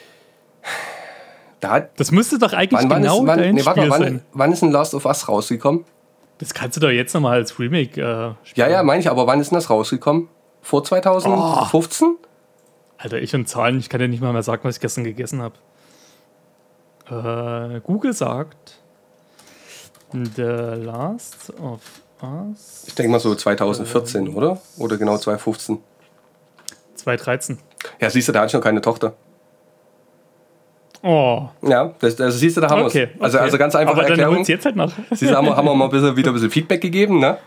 da, Das müsste doch eigentlich wann, wann, genau ist, wann, dein nee, warte Spiel mal, sein. wann, wann ist ein Last of Us rausgekommen? Das kannst du doch jetzt nochmal als Remake äh, Ja, spielen. ja, meine ich, aber wann ist denn das rausgekommen? Vor zwanzig fünfzehn? Alter, ich und Zahlen, ich kann dir nicht mal mehr sagen, was ich gestern gegessen habe. Äh, Google sagt, The Last of Us Ich denke mal so zwanzig vierzehn, oder? Oder genau zwanzig fünfzehn. zwanzig dreizehn. Ja, siehst du, da hatte ich noch keine Tochter. Oh, Ja, das, das siehst du, da haben wir okay, es. Also, okay. also ganz einfach Aber dann Erklärung. holt's jetzt halt nach. Siehst du, haben wir, haben wir mal ein bisschen, wieder ein bisschen Feedback gegeben, ne?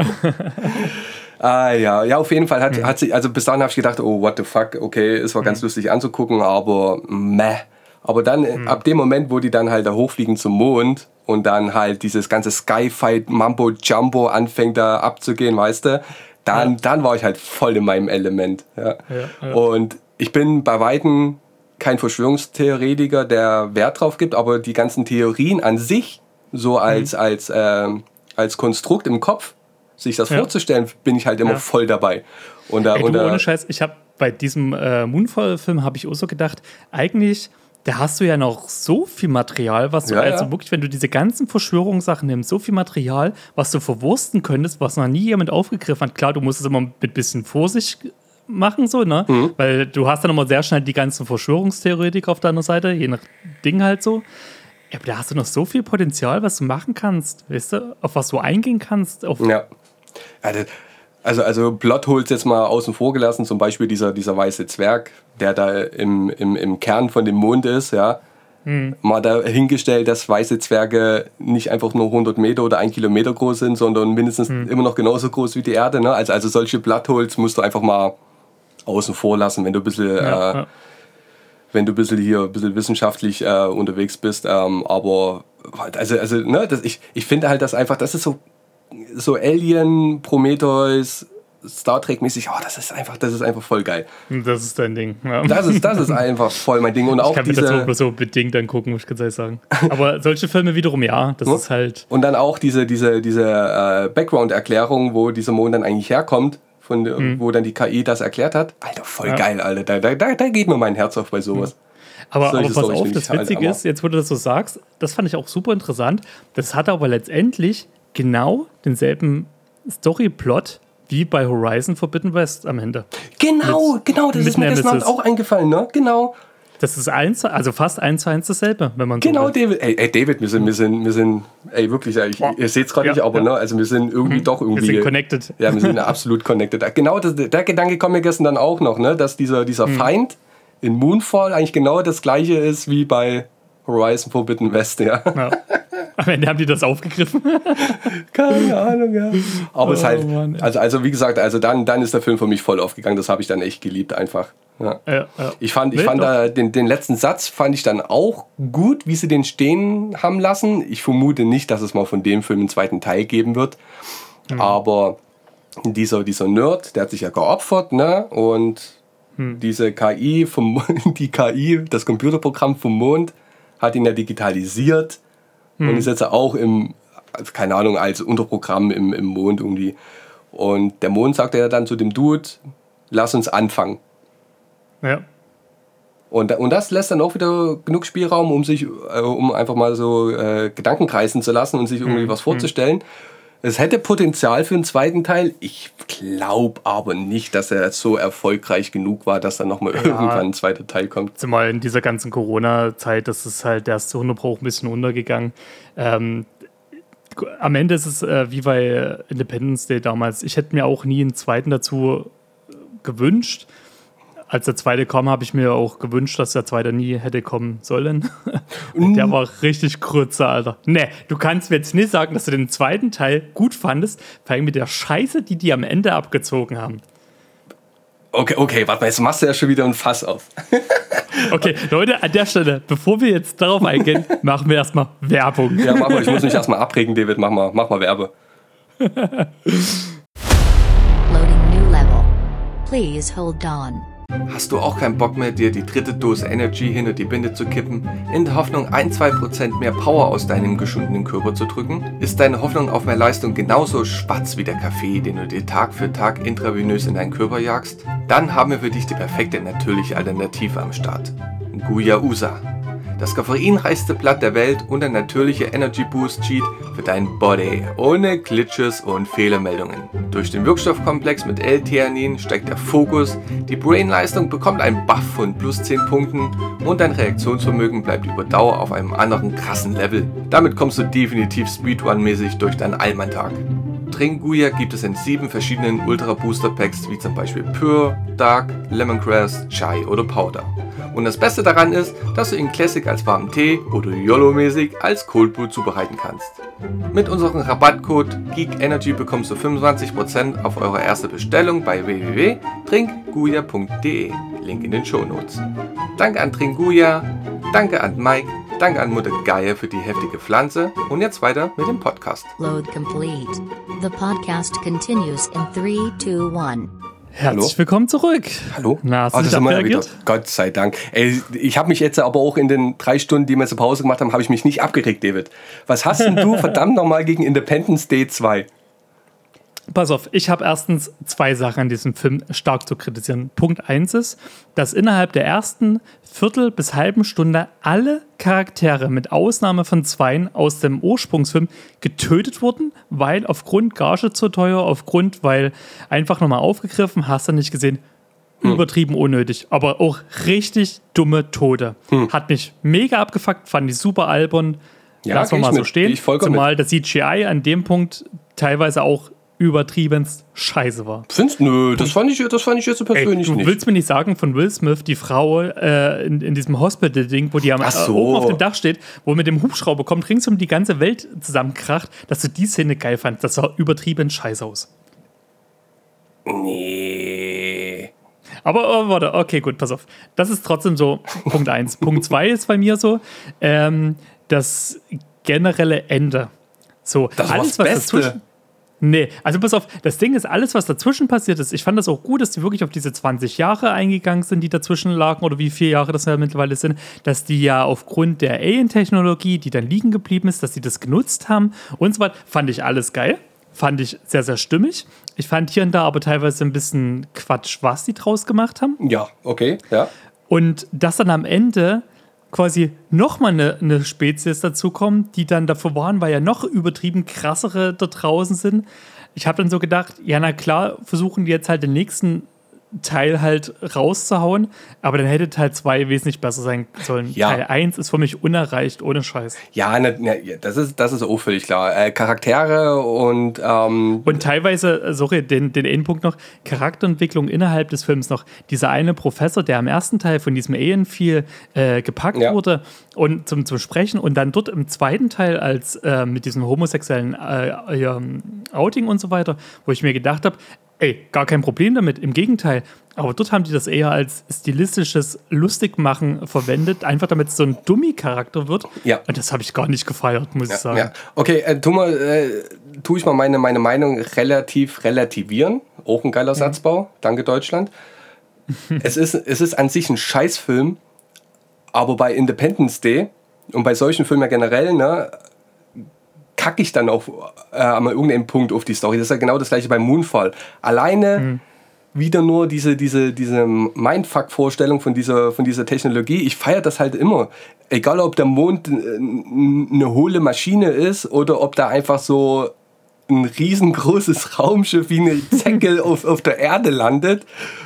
ah, ja, ja, auf jeden Fall hat, hat sie, also bis dahin habe ich gedacht, oh, what the fuck, okay, es war ganz lustig anzugucken, aber meh. Aber dann, ab dem Moment, wo die dann halt da hochfliegen zum Mond und dann halt dieses ganze Skyfight Mambo Jumbo anfängt da abzugehen, weißt du, dann, Ja. dann war ich halt voll in meinem Element. Ja. Ja, ja. Und ich bin bei Weitem kein Verschwörungstheoretiker, der Wert drauf gibt, aber die ganzen Theorien an sich, so als, Mhm. als, ähm, als Konstrukt im Kopf, sich das Ja. vorzustellen, bin ich halt immer Ja. voll dabei. Und da, Ey, und du, da, ohne Scheiß, ich habe bei diesem äh, Moonfall-Film habe ich auch so gedacht, eigentlich, da hast du ja noch so viel Material, was du Ja, also ja. wirklich, wenn du diese ganzen Verschwörungssachen nimmst, so viel Material, was du verwursten könntest, was noch nie jemand aufgegriffen hat. Klar, du musst es immer mit bisschen Vorsicht machen, so, ne? Mhm. Weil du hast dann immer sehr schnell die ganzen Verschwörungstheoretiker auf deiner Seite, je nach Ding halt so. Ja, aber da hast du noch so viel Potenzial, was du machen kannst, weißt du, auf was du eingehen kannst. Auf, ja. Ja, das- Also, also Plotholes jetzt mal außen vor gelassen, zum Beispiel dieser, dieser weiße Zwerg, der da im, im, im Kern von dem Mond ist, ja. Mal dahingestellt, dass weiße Zwerge nicht einfach nur hundert Meter oder ein Kilometer groß sind, sondern mindestens immer noch genauso groß wie die Erde. Ne? Also, also solche Plotholes musst du einfach mal außen vor lassen, wenn du ein bisschen, Ja, äh, ja. wenn du ein bisschen hier ein bisschen wissenschaftlich äh, unterwegs bist. Ähm, aber also, also ne, das, ich, ich finde halt, dass einfach, das ist so, so Alien, Prometheus, Star Trek-mäßig, oh, das ist einfach, das ist einfach voll geil. Das ist dein Ding. Ja. Das ist, das ist einfach voll mein Ding. Und Ich auch kann mir das diese, auch nur so bedingt angucken, muss ich ganz ehrlich sagen. Aber solche Filme wiederum, ja, das Ja. ist halt. und dann auch diese, diese, diese äh, Background-Erklärung, wo dieser Mond dann eigentlich herkommt, von, Mhm. wo dann die K I das erklärt hat. Alter, voll Ja. geil, Alter. Da, da, da, da geht mir mein Herz auf bei sowas. Aber, Solche aber pass Storys auf, finde das ich halt Witzige Hammer. ist, jetzt wo du das so sagst, das fand ich auch super interessant. Das hatte aber letztendlich genau denselben Storyplot wie bei Horizon Forbidden West am Ende. Genau, Mit- genau, das mit ist mir gestern Nemesis. Abend auch eingefallen, ne? Genau. Das ist eins, also fast eins zu eins dasselbe, wenn man so Genau, will. David. Ey, ey, David, wir sind, wir sind, wir sind, ey, wirklich, ey, ich, ihr seht es gerade Ja, nicht, aber ja. ne, also wir sind irgendwie doch irgendwie. Wir sind connected. Ja, wir sind absolut connected. Genau, das, der Gedanke kommt mir gestern dann auch noch, ne, dass dieser, dieser Feind in Moonfall eigentlich genau das gleiche ist wie bei Horizon Forbidden West, ja. Ja. Am Ende haben die das aufgegriffen. Keine Ahnung, ja. Aber es ist Oh, halt, Mann, ey. also, also wie gesagt, also dann, dann ist der Film für mich voll aufgegangen. Das habe ich dann echt geliebt einfach. Ja. Ja, ja. Ich fand, ich Nee, fand doch. da den, den letzten Satz fand ich dann auch gut, wie sie den stehen haben lassen. Ich vermute nicht, dass es mal von dem Film einen zweiten Teil geben wird. Hm. Aber dieser, dieser Nerd, der hat sich ja geopfert, ne? Und Hm. diese K I vom die K I, das Computerprogramm vom Mond, hat ihn ja digitalisiert Hm. und ist jetzt auch im, also keine Ahnung, als Unterprogramm im, im Mond irgendwie. Und der Mond sagte ja dann zu dem Dude, lass uns anfangen. Ja. Und, und das lässt dann auch wieder genug Spielraum, um sich, äh, um einfach mal so äh, Gedanken kreisen zu lassen und sich irgendwie Mhm. was vorzustellen. Es hätte Potenzial für einen zweiten Teil. Ich glaube aber nicht, dass er so erfolgreich genug war, dass dann nochmal irgendwann ein zweiter Teil kommt. Zumal in dieser ganzen Corona-Zeit, das ist halt, der ist zu hundert Pro ein bisschen untergegangen. Ähm, am Ende ist es äh, wie bei Independence Day damals. Ich hätte mir auch nie einen zweiten dazu äh, gewünscht. Als der zweite kam, habe ich mir auch gewünscht, dass der zweite nie hätte kommen sollen. Und der war richtig kurzer, Alter. Ne, du kannst mir jetzt nicht sagen, dass du den zweiten Teil gut fandest, vor allem mit der Scheiße, die die am Ende abgezogen haben. Okay, okay, warte mal, jetzt machst du ja schon wieder ein Fass auf. Okay, Leute, an der Stelle, bevor wir jetzt darauf eingehen, machen wir erstmal Werbung. Ja, mach mal, ich muss mich erstmal abregen, David, mach mal, mach mal Werbe. Loading new level. Please hold on. Hast du auch keinen Bock mehr, dir die dritte Dose Energy hinter die Binde zu kippen, in der Hoffnung, ein bis zwei Prozent mehr Power aus deinem geschundenen Körper zu drücken? Ist deine Hoffnung auf mehr Leistung genauso schwarz wie der Kaffee, den du dir Tag für Tag intravenös in deinen Körper jagst? Dann haben wir für dich die perfekte natürliche Alternative am Start. Guya Usa. Das koffeinreichste Blatt der Welt und ein natürlicher Energy Boost Cheat für dein Body, ohne Glitches und Fehlermeldungen. Durch den Wirkstoffkomplex mit L-Theanin steigt der Fokus, die Brainleistung bekommt einen Buff von plus zehn Punkten und dein Reaktionsvermögen bleibt über Dauer auf einem anderen krassen Level. Damit kommst du definitiv Speedrun-mäßig durch deinen Allmann-Tag. Trink Guya gibt es in sieben verschiedenen Ultra Booster Packs wie zum Beispiel Pure, Dark, Lemongrass, Chai oder Powder. Und das Beste daran ist, dass du ihn Classic als warmen Tee oder YOLO-mäßig als Cold Brew zubereiten kannst. Mit unserem Rabattcode GeekEnergy bekommst du fünfundzwanzig Prozent auf eure erste Bestellung bei w w w punkt trink guya punkt d e. Link in den Shownotes. Danke an Trink Guya, danke an Mike, danke an Mutter Gaia für die heftige Pflanze und jetzt weiter mit dem Podcast. Load complete. The podcast continues in three, two, one. Herzlich Hallo? willkommen zurück. Hallo? Na, hast du oh, dich das sind wir abreagiert? wieder. Gott sei Dank. Ey, ich habe mich jetzt aber auch in den drei Stunden, die wir jetzt Pause gemacht haben, habe ich mich nicht abgeregt, David. Was hast denn du verdammt nochmal gegen Independence Day zwei? Pass auf, ich habe erstens zwei Sachen an diesem Film stark zu kritisieren. Punkt eins ist, dass innerhalb der ersten Viertel bis halben Stunde alle Charaktere mit Ausnahme von zweien aus dem Ursprungsfilm getötet wurden, weil aufgrund Gage zu teuer, aufgrund, weil einfach nochmal aufgegriffen, hast du nicht gesehen, hm. übertrieben unnötig, aber auch richtig dumme Tode. Hm. Hat mich mega abgefuckt, fand ich super albern. Ja, Lass mal so mit. stehen, zumal mit. das C G I an dem Punkt teilweise auch übertriebenst scheiße war. Findest nö, das fand ich, das fand ich jetzt persönlich Ey, du nicht. Du willst mir nicht sagen, von Will Smith, die Frau äh, in, in diesem Hospital-Ding, wo die am, so. äh, oben auf dem Dach steht, wo mit dem Hubschrauber kommt, ringsum die ganze Welt zusammenkracht, dass du die Szene geil fandst. Das sah übertrieben scheiße aus. Nee. Aber oh, warte, okay, gut, pass auf. Das ist trotzdem so Punkt eins. Punkt zwei ist bei mir so, ähm, das generelle Ende. So, das war alles, das was Beste. dazwischen. Nee, also pass auf, das Ding ist, alles, was dazwischen passiert ist, ich fand das auch gut, dass die wirklich auf diese zwanzig Jahre eingegangen sind, die dazwischen lagen, oder wie vier Jahre das ja mittlerweile sind, dass die ja aufgrund der Alien-Technologie, die dann liegen geblieben ist, dass die das genutzt haben und so weiter, fand ich alles geil, fand ich sehr, sehr stimmig. Ich fand hier und da aber teilweise ein bisschen Quatsch, was die draus gemacht haben. Ja, okay, ja. Und dass dann am Ende quasi nochmal eine, eine Spezies dazukommt, die dann dafür waren, weil ja noch übertrieben krassere da draußen sind. Ich habe dann so gedacht, ja na klar, versuchen die jetzt halt den nächsten Teil halt rauszuhauen, aber dann hätte Teil zwei wesentlich besser sein sollen. Ja. Teil eins ist für mich unerreicht, ohne Scheiß. Ja, ne, ne, das, ist, das ist auch völlig klar. Äh, Charaktere und... Ähm, Und teilweise, sorry, den, den Endpunkt noch, Charakterentwicklung innerhalb des Films noch. Dieser eine Professor, der am ersten Teil von diesem Alien viel äh, gepackt ja. wurde und zum, zum Sprechen und dann dort im zweiten Teil als äh, mit diesem homosexuellen äh, äh, Outing und so weiter, wo ich mir gedacht habe, ey, gar kein Problem damit, im Gegenteil. Aber dort haben die das eher als stilistisches Lustigmachen verwendet, einfach damit es so ein Dummy-Charakter wird. Ja. Und das habe ich gar nicht gefeiert, muss ja, ich sagen. Ja. Okay, äh, tu, mal, äh, tu ich mal meine, meine Meinung relativ relativieren. Auch ein geiler mhm. Satzbau. Danke, Deutschland. es, ist, es ist an sich ein Scheißfilm, aber bei Independence Day und bei solchen Filmen ja generell, ne, kacke ich dann auf äh, an irgendeinem Punkt auf die Story. Das ist ja genau das gleiche beim Moonfall. Alleine mhm. wieder nur diese, diese, diese Mindfuck-Vorstellung von dieser, von dieser Technologie. Ich feiere das halt immer. Egal, ob der Mond eine hohle Maschine ist oder ob da einfach so ein riesengroßes Raumschiff wie eine Zecke auf, auf der Erde landet.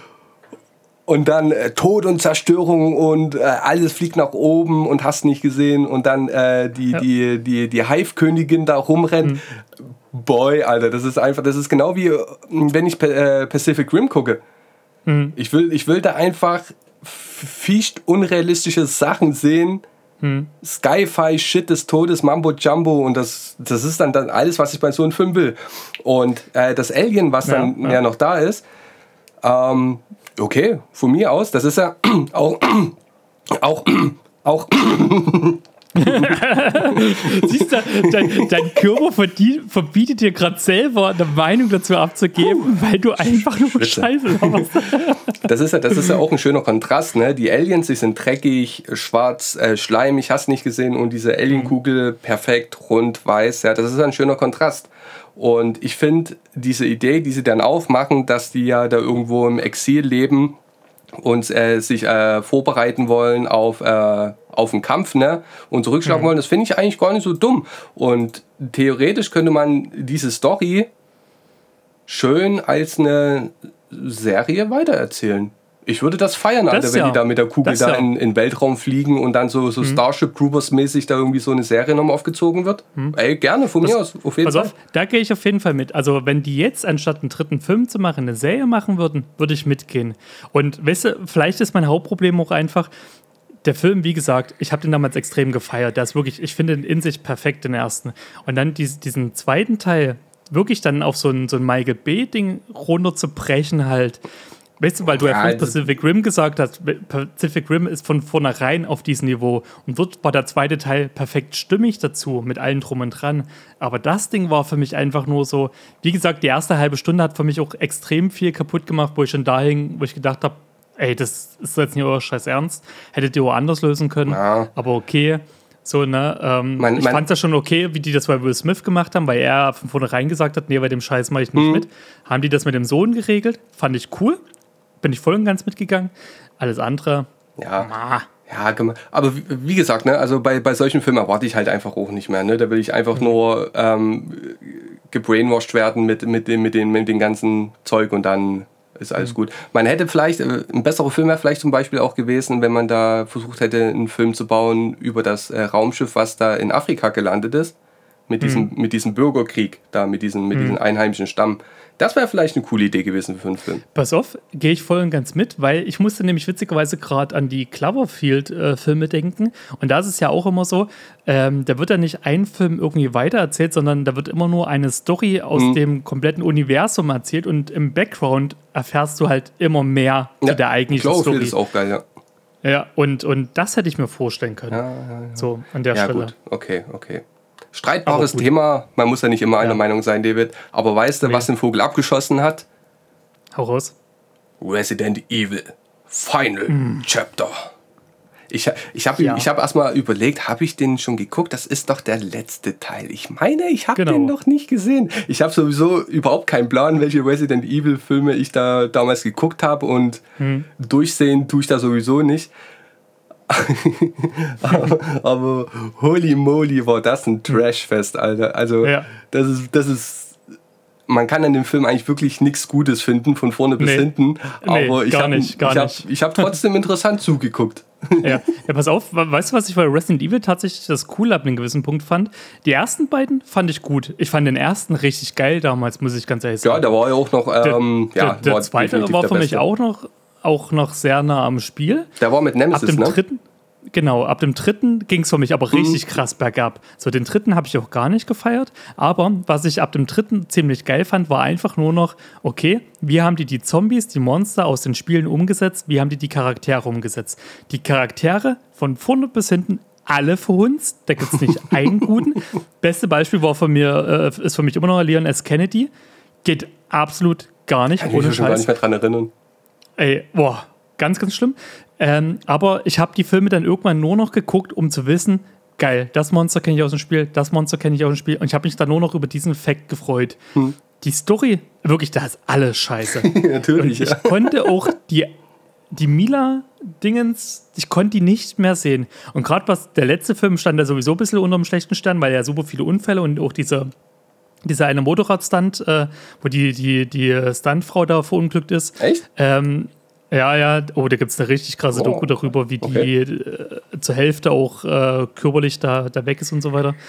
Und dann äh, Tod und Zerstörung und äh, alles fliegt nach oben und hast nicht gesehen. Und dann äh, die, ja. die, die, die Hive-Königin da rumrennt. Mhm. Boy, Alter, das ist einfach, das ist genau wie, wenn ich äh, Pacific Rim gucke. Mhm. Ich will, ich will da einfach ficht unrealistische Sachen sehen. Mhm. Sci-Fi, Shit des Todes, Mambo Jumbo. Und das, das ist dann, dann alles, was ich bei so einem Film will. Und äh, das Alien, was dann ja, ja. ja noch da ist, ähm, okay, von mir aus, das ist ja auch, auch, auch, Siehst du, dein, dein Körper verdient, verbietet dir gerade selber eine Meinung dazu abzugeben, weil du einfach nur Spitze. Scheiße machst. Das ist, ja, das ist ja auch ein schöner Kontrast. Ne? Die Aliens, die sind dreckig, schwarz, äh, schleimig, hast nicht gesehen. Und diese Alienkugel perfekt, rund, weiß. Ja, das ist ein schöner Kontrast. Und ich finde diese Idee, die sie dann aufmachen, dass die ja da irgendwo im Exil leben und äh, sich äh, vorbereiten wollen auf, äh, auf einen Kampf, ne? Und zurückschlagen mhm. wollen, das finde ich eigentlich gar nicht so dumm. Und theoretisch könnte man diese Story schön als eine Serie weitererzählen. Ich würde das feiern, Alter, das wenn ja. die da mit der Kugel das da ja. in den Weltraum fliegen und dann so, so mhm. Starship Troopers-mäßig da irgendwie so eine Serie nochmal aufgezogen wird. Mhm. Ey, gerne, von das, mir aus, auf jeden pass Fall. Auf, da gehe ich auf jeden Fall mit. Also, wenn die jetzt anstatt einen dritten Film zu machen, eine Serie machen würden, würde ich mitgehen. Und weißt du, vielleicht ist mein Hauptproblem auch einfach, der Film, wie gesagt, ich habe den damals extrem gefeiert. Der ist wirklich, ich finde ihn in sich perfekt, den ersten. Und dann dies, diesen zweiten Teil, wirklich dann auf so ein, so ein Michael Bay-Ding runterzubrechen halt. Weißt du, weil du ja, ja von Pacific Rim gesagt hast, Pacific Rim ist von vornherein auf diesem Niveau. Und dort war der zweite Teil perfekt stimmig dazu, mit allem drum und dran. Aber das Ding war für mich einfach nur so, wie gesagt, die erste halbe Stunde hat für mich auch extrem viel kaputt gemacht, wo ich schon da hing, wo ich gedacht habe, ey, das ist jetzt nicht euer Scheiß Ernst. Hättet ihr auch anders lösen können. Ja. Aber okay. So, ne, ähm, mein, ich fand es ja schon okay, wie die das bei Will Smith gemacht haben, weil er von vornherein gesagt hat, nee, bei dem Scheiß mache ich nicht mhm. mit. Haben die das mit dem Sohn geregelt? Fand ich cool. Bin ich voll und ganz mitgegangen. Alles andere. Ja. Ah. Ja, aber wie, wie gesagt, ne, also bei, bei solchen Filmen erwarte ich halt einfach auch nicht mehr. Ne? Da will ich einfach mhm. nur ähm, gebrainwashed werden mit, mit, dem, mit, den, mit dem ganzen Zeug und dann ist alles mhm. gut. Man hätte vielleicht, äh, ein besserer Film wäre vielleicht zum Beispiel auch gewesen, wenn man da versucht hätte, einen Film zu bauen über das äh, Raumschiff, was da in Afrika gelandet ist. Mit diesem, mhm. mit diesem Bürgerkrieg, da mit diesem, mit mhm. diesem einheimischen Stamm. Das wäre vielleicht eine coole Idee gewesen für einen Film. Pass auf, gehe ich voll und ganz mit, weil ich musste nämlich witzigerweise gerade an die Cloverfield-Filme äh, denken. Und da ist es ja auch immer so, ähm, da wird ja nicht ein Film irgendwie weitererzählt, sondern da wird immer nur eine Story aus mhm. dem kompletten Universum erzählt und im Background erfährst du halt immer mehr ja, zu der eigentlichen Story. Cloverfield ist auch geil, ja. Ja, und, und das hätte ich mir vorstellen können. Ja, ja, ja. So, an der ja, Stelle. Gut, okay, okay. Streitbares Thema, man muss ja nicht immer einer ja. Meinung sein, David. Aber weißt du, nee. was den Vogel abgeschossen hat? Hau raus. Resident Evil Final mm. Chapter. Ich, ich habe ja. hab erstmal überlegt, habe ich den schon geguckt? Das ist doch der letzte Teil. Ich meine, ich habe genau. den noch nicht gesehen. Ich habe sowieso überhaupt keinen Plan, welche Resident Evil Filme ich da damals geguckt habe. Und hm. durchsehen tue ich da sowieso nicht. aber, aber holy moly, war das ein Trashfest, Alter. Also ja. das ist, das ist, man kann an dem Film eigentlich wirklich nichts Gutes finden, von vorne bis nee. hinten. Aber nee, ich habe ich hab, ich hab trotzdem interessant zugeguckt. Ja. ja, pass auf, weißt du, was ich bei Resident Evil tatsächlich das cool ab einem gewissen Punkt fand? Die ersten beiden fand ich gut. Ich fand den ersten richtig geil damals, muss ich ganz ehrlich sagen. Ja, da war ja auch noch, ähm, der, ja, der, der zweite war für mich auch noch auch noch sehr nah am Spiel. Der war mit Nemesis, ab dem ne? Dritten, genau, ab dem dritten ging es für mich aber richtig mhm. krass bergab. So, den dritten habe ich auch gar nicht gefeiert. Aber was ich ab dem dritten ziemlich geil fand, war einfach nur noch, okay, wie haben die die Zombies, die Monster aus den Spielen umgesetzt? Wie haben die die Charaktere umgesetzt? Die Charaktere von vorne bis hinten alle verhunzt. Da gibt es nicht einen guten. Beste Beispiel war von mir, äh, ist für mich immer noch Leon S. Kennedy. Geht absolut gar nicht. Kann ich mich schon gar nicht mehr dran erinnern. Ey, boah, ganz, ganz schlimm. Ähm, aber ich habe die Filme dann irgendwann nur noch geguckt, um zu wissen, geil, das Monster kenne ich aus dem Spiel, das Monster kenne ich aus dem Spiel. Und ich habe mich dann nur noch über diesen Fact gefreut. Hm. Die Story, wirklich, da ist alles scheiße. Natürlich, und ich ja. konnte auch die, die Mila-Dingens, ich konnte die nicht mehr sehen. Und gerade was, der letzte Film stand da sowieso ein bisschen unter dem schlechten Stern, weil ja super viele Unfälle und auch diese dieser eine Motorradstunt, äh, wo die, die, die Stuntfrau da verunglückt ist. Echt? Ähm, ja, ja. Oh, da gibt es eine richtig krasse oh. Doku darüber, wie die okay. äh, zur Hälfte auch äh, körperlich da, da weg ist und so weiter.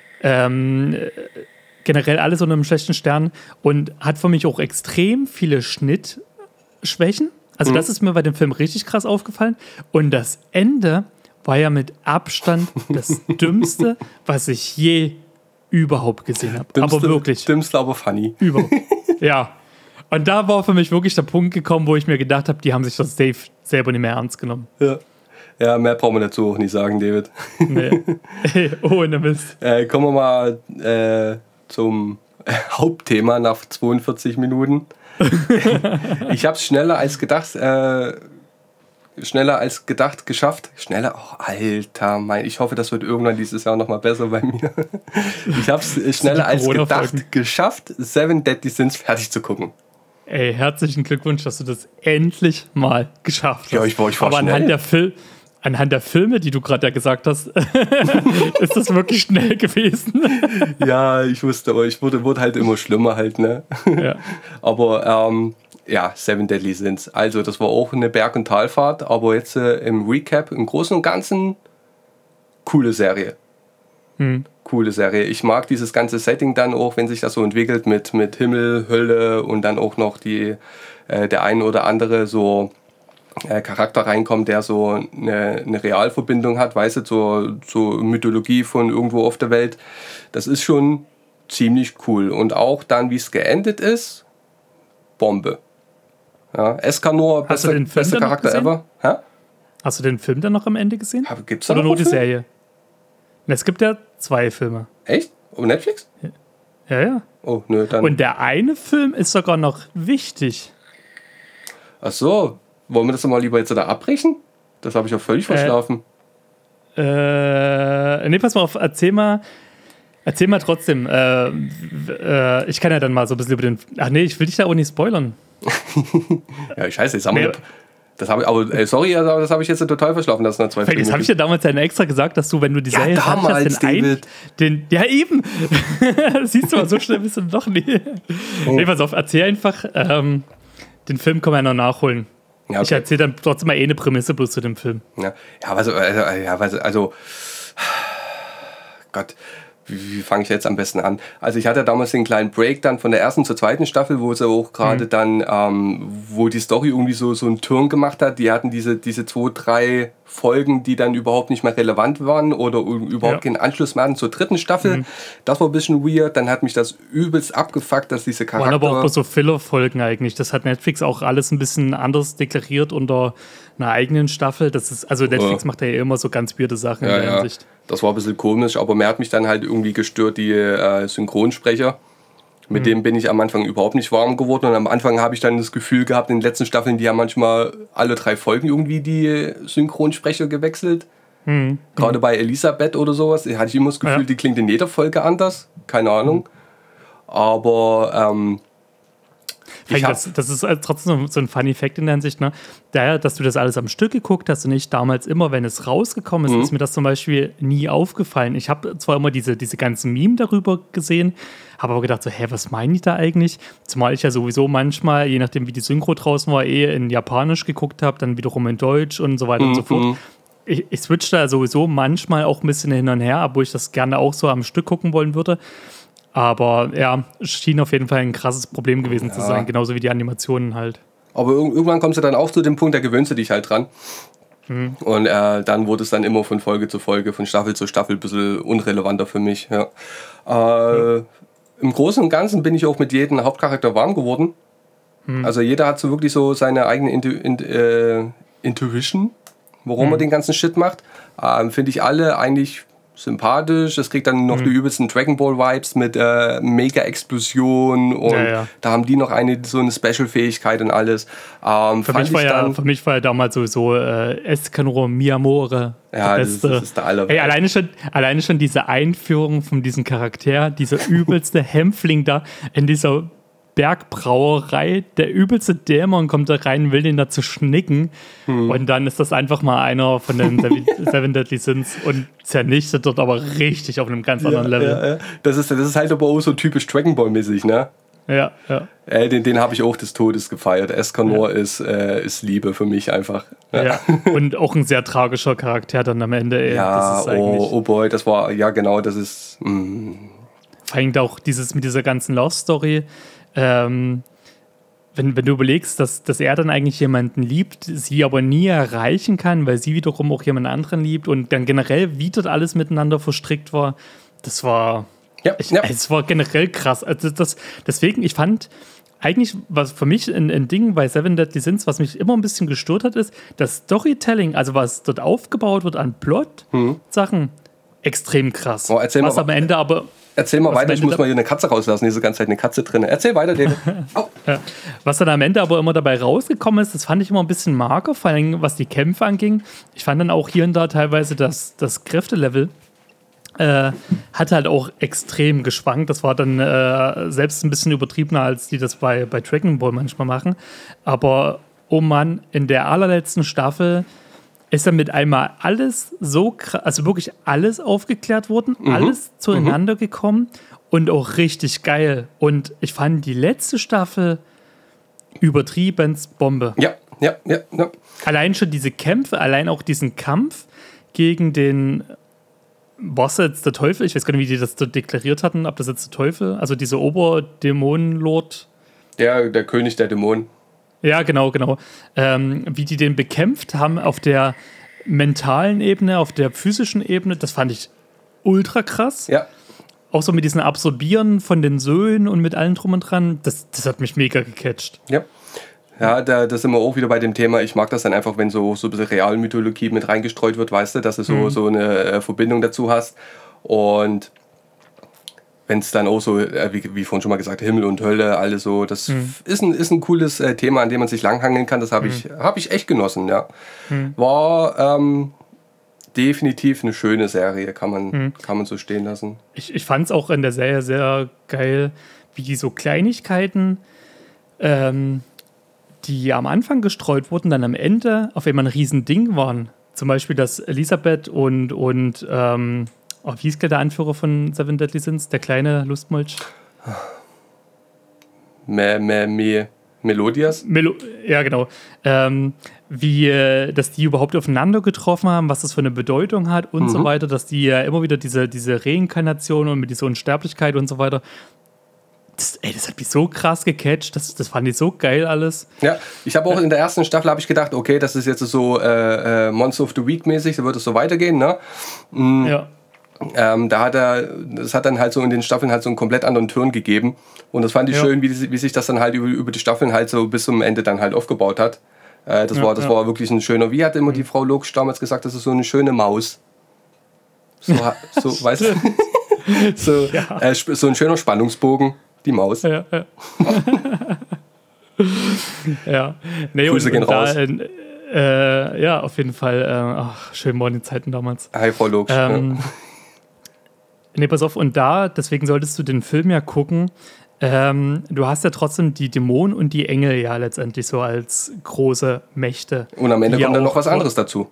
Ähm, äh, generell alles unter einem schlechten Stern und hat für mich auch extrem viele Schnittschwächen. Also mhm. das ist mir bei dem Film richtig krass aufgefallen. Und das Ende war ja mit Abstand das Dümmste, was ich je überhaupt gesehen habe. Aber wirklich. Dümmste, aber funny. Über. Ja. Und da war für mich wirklich der Punkt gekommen, wo ich mir gedacht habe, die haben sich das safe selber nicht mehr ernst genommen. Ja. Ja, mehr brauchen wir dazu auch nicht sagen, David. Nee. Ohne Mist. Äh, kommen wir mal äh, zum Hauptthema nach zweiundvierzig Minuten. Ich habe es schneller als gedacht, äh, schneller als gedacht geschafft. Schneller, oh, Alter, mein, ich hoffe, das wird irgendwann dieses Jahr nochmal besser bei mir. Ich habe es schneller als gedacht geschafft, Seven Deadly Sins fertig zu gucken. Ey, herzlichen Glückwunsch, dass du das endlich mal geschafft hast. Ja, ich war, ich war Aber schnell. anhand der, Fil- anhand der Filme, die du gerade ja gesagt hast, ist das wirklich schnell gewesen. Ja, ich wusste, aber ich wurde, wurde halt immer schlimmer halt, ne? Ja. Aber ähm, ja, Seven Deadly Sins. Also das war auch eine Berg- und Talfahrt, aber jetzt äh, im Recap, im Großen und Ganzen, coole Serie. Hm. Coole Serie. Ich mag dieses ganze Setting dann auch, wenn sich das so entwickelt mit, mit Himmel, Hölle und dann auch noch die, äh, der ein oder andere so äh, Charakter reinkommt, der so eine, eine Realverbindung hat, weißt du, zur, zur Mythologie von irgendwo auf der Welt. Das ist schon ziemlich cool. Und auch dann, wie es geendet ist, Bombe. Ja, Escanor, bester, bester Charakter ever. Hä? Hast du den Film dann noch am Ende gesehen? Aber gibt's da Oder noch nur die einen Film? Serie? Es gibt ja zwei Filme. Echt? Auf Netflix? Ja, ja. Oh, nö, dann. Und der eine Film ist sogar noch wichtig. Ach so, wollen wir das doch mal lieber jetzt da abbrechen? Das habe ich auch völlig verschlafen. Äh, nee, pass mal auf, erzähl mal. Erzähl mal trotzdem. Äh, äh, ich kann ja dann mal so ein bisschen über den. Ach nee, ich will dich da auch nicht spoilern. Ja, scheiße, jetzt haben Nee. wir. Das habe ich, aber äh, sorry, also, das habe ich jetzt total verschlafen, dass es noch zwei Das habe ich dir damals ja extra gesagt, dass du, wenn du die Ja, Serie fertig damals, hast, den, ein, David. den Ja, eben. Siehst du mal, so schnell bist du doch nicht. Oh. Nee, pass auf, erzähl einfach. Ähm, den Film können wir ja noch nachholen. Ja, okay. Ich erzähle dann trotzdem mal eh eine Prämisse bloß zu dem Film. Ja, ja, also, also, ja, also, also Gott, wie, wie fange ich jetzt am besten an? Also ich hatte damals den kleinen Break dann von der ersten zur zweiten Staffel, wo sie auch gerade mhm. dann, ähm, wo die Story irgendwie so, so einen Turn gemacht hat. Die hatten diese, diese zwei, drei Folgen, die dann überhaupt nicht mehr relevant waren oder überhaupt ja. keinen Anschluss mehr hatten zur dritten Staffel. Mhm. Das war ein bisschen weird. Dann hat mich das übelst abgefuckt, dass diese Charakter... Waren aber auch so Filler-Folgen eigentlich. Das hat Netflix auch alles ein bisschen anders deklariert unter einer eigenen Staffel. Das ist, also Netflix ja. macht ja immer so ganz weirde Sachen ja, in der ja. Hinsicht. Das war ein bisschen komisch, aber mir hat mich dann halt irgendwie gestört, die äh, Synchronsprecher. Mit mhm. dem bin ich am Anfang überhaupt nicht warm geworden. Und am Anfang habe ich dann das Gefühl gehabt, in den letzten Staffeln, die haben manchmal alle drei Folgen irgendwie die Synchronsprecher gewechselt. Mhm. Gerade bei Elisabeth oder sowas, hatte ich immer das Gefühl, ja. die klingt in jeder Folge anders. Keine Ahnung. Aber ähm, ich das, das ist trotzdem so ein Funny Fact in der Hinsicht, ne? Daher, dass du das alles am Stück geguckt hast und nicht damals immer, wenn es rausgekommen ist, mhm. ist mir das zum Beispiel nie aufgefallen. Ich habe zwar immer diese, diese ganzen Meme darüber gesehen, habe aber gedacht so, hä, was meinen die da eigentlich? Zumal ich ja sowieso manchmal, je nachdem wie die Synchro draußen war, eh in Japanisch geguckt habe, dann wiederum in Deutsch und so weiter mhm. und so fort. Ich, ich switche da sowieso manchmal auch ein bisschen hin und her, obwohl ich das gerne auch so am Stück gucken wollen würde. Aber ja, schien auf jeden Fall ein krasses Problem gewesen ja. zu sein, genauso wie die Animationen halt. Aber irgendwann kommst du dann auch zu dem Punkt, da gewöhnst du dich halt dran. Mhm. Und äh, dann wurde es dann immer von Folge zu Folge, von Staffel zu Staffel ein bisschen unrelevanter für mich. Ja. Äh, mhm. Im Großen und Ganzen bin ich auch mit jedem Hauptcharakter warm geworden. Mhm. Also jeder hat so wirklich so seine eigene Intu- in, äh, Intuition, warum mhm. er den ganzen Shit macht. Äh, finde ich alle eigentlich sympathisch. Es kriegt dann noch mhm. die übelsten Dragon Ball Vibes mit äh, Mega-Explosion und ja, ja. da haben die noch eine so eine Special-Fähigkeit und alles. Ähm, für, mich war ja, für mich war ja damals sowieso äh, Escanor Miyamore ja, der das Beste. Ist, das ist der aller Ey, alleine, schon, alleine schon diese Einführung von diesem Charakter, dieser übelste Hämpfling da in dieser Bergbrauerei, der übelste Dämon kommt da rein, will den da zu schnicken hm. und dann ist das einfach mal einer von den Seven Deadly Sins und zernichtet dort aber richtig auf einem ganz anderen ja, Level. Ja, ja. Das, ist, das ist halt aber auch so typisch Dragon Ball mäßig, ne? Ja, ja. Äh, den den habe ich auch des Todes gefeiert. Escanor ja. ist, äh, ist Liebe für mich einfach. Ja. ja. Und auch ein sehr tragischer Charakter dann am Ende. Ey. Ja, das ist oh, oh boy, das war, ja genau, das ist... Mm. Vor allem auch dieses mit dieser ganzen Love-Story. Ähm, wenn, wenn du überlegst, dass, dass er dann eigentlich jemanden liebt, sie aber nie erreichen kann, weil sie wiederum auch jemand anderen liebt und dann generell wie dort alles miteinander verstrickt war, das war, ja, ich, ja. es war generell krass. Also das, deswegen, ich fand eigentlich, was für mich ein, ein Ding bei Seven Deadly Sins, was mich immer ein bisschen gestört hat, ist, das Storytelling, also was dort aufgebaut wird an Plot-Sachen, mhm. extrem krass. Oh, erzähl was mal, am Ende aber... Erzähl mal weiter, ich muss mal hier eine Katze rauslassen, diese ganze Zeit eine Katze drin. Erzähl weiter, David. Oh. Ja. Was dann am Ende aber immer dabei rausgekommen ist, das fand ich immer ein bisschen mager, vor allem was die Kämpfe anging. Ich fand dann auch hier und da teilweise das, das Kräftelevel äh, hat halt auch extrem geschwankt. Das war dann äh, selbst ein bisschen übertriebener, als die das bei, bei Dragon Ball manchmal machen. Aber, oh Mann, in der allerletzten Staffel ist dann mit einmal alles so krass, also wirklich alles aufgeklärt worden, mhm. alles zueinander mhm. gekommen und auch richtig geil. Und ich fand die letzte Staffel übertriebenst Bombe. Ja, ja, ja, ja. Allein schon diese Kämpfe, allein auch diesen Kampf gegen den, was jetzt der Teufel, ich weiß gar nicht, wie die das so deklariert hatten, ob das jetzt der Teufel, also dieser Oberdämonenlord. Der, der König der Dämonen. Ja, genau, genau. Ähm, wie die den bekämpft haben auf der mentalen Ebene, auf der physischen Ebene, das fand ich ultra krass. Ja. Auch so mit diesen Absorbieren von den Söhnen und mit allem drum und dran, das, das hat mich mega gecatcht. Ja. Ja, da, da sind wir auch wieder bei dem Thema, ich mag das dann einfach, wenn so, so ein bisschen Realmythologie mit reingestreut wird, weißt du, dass du so, mhm. so eine äh, Verbindung dazu hast. Und wenn es dann auch so, äh, wie, wie vorhin schon mal gesagt, Himmel und Hölle, alles so, das mhm. ist, ein, ist ein cooles äh, Thema, an dem man sich langhangeln kann. Das habe mhm. ich, hab ich echt genossen, ja. Mhm. War ähm, definitiv eine schöne Serie, kann man, mhm. kann man so stehen lassen. Ich, ich fand es auch in der Serie sehr geil, wie die so Kleinigkeiten, ähm, die am Anfang gestreut wurden, dann am Ende auf einmal ein Riesending waren. Zum Beispiel, dass Elisabeth und, und ähm, oh, wie hieß der Anführer von Seven Deadly Sins? Der kleine Lustmolch? Me, me, me, Melodias? Melo- ja, genau. Ähm, wie, äh, dass die überhaupt aufeinander getroffen haben, was das für eine Bedeutung hat und mhm. so weiter, dass die ja immer wieder diese, diese Reinkarnation und mit dieser Unsterblichkeit und so weiter. Das, ey, das hat mich so krass gecatcht, das, das fand ich so geil alles. Ja, ich habe auch in der ersten Staffel habe ich gedacht, okay, das ist jetzt so äh, äh, Monster of the Week mäßig, da wird es so weitergehen, ne? Mhm. Ja. Ähm, da hat er, das hat dann halt so in den Staffeln halt so einen komplett anderen Turn gegeben und das fand ich ja. schön, wie, wie sich das dann halt über, über die Staffeln halt so bis zum Ende dann halt aufgebaut hat. Äh, das ja, war, das ja. war wirklich ein schöner, wie hat immer mhm. die Frau Lokisch damals gesagt, das ist so eine schöne Maus. So, so weißt du? so, ja. äh, so ein schöner Spannungsbogen. Die Maus. Ja, ja. ja. Nee, Grüße und, gehen und raus. Da, äh, ja, auf jeden Fall. Äh, ach, schön waren die Zeiten damals. Hi, Frau Logisch. Ähm, ja. Nee, pass auf. Und da, deswegen solltest du den Film ja gucken. Ähm, du hast ja trotzdem die Dämonen und die Engel ja letztendlich so als große Mächte. Und am Ende kommt dann noch was anderes dazu.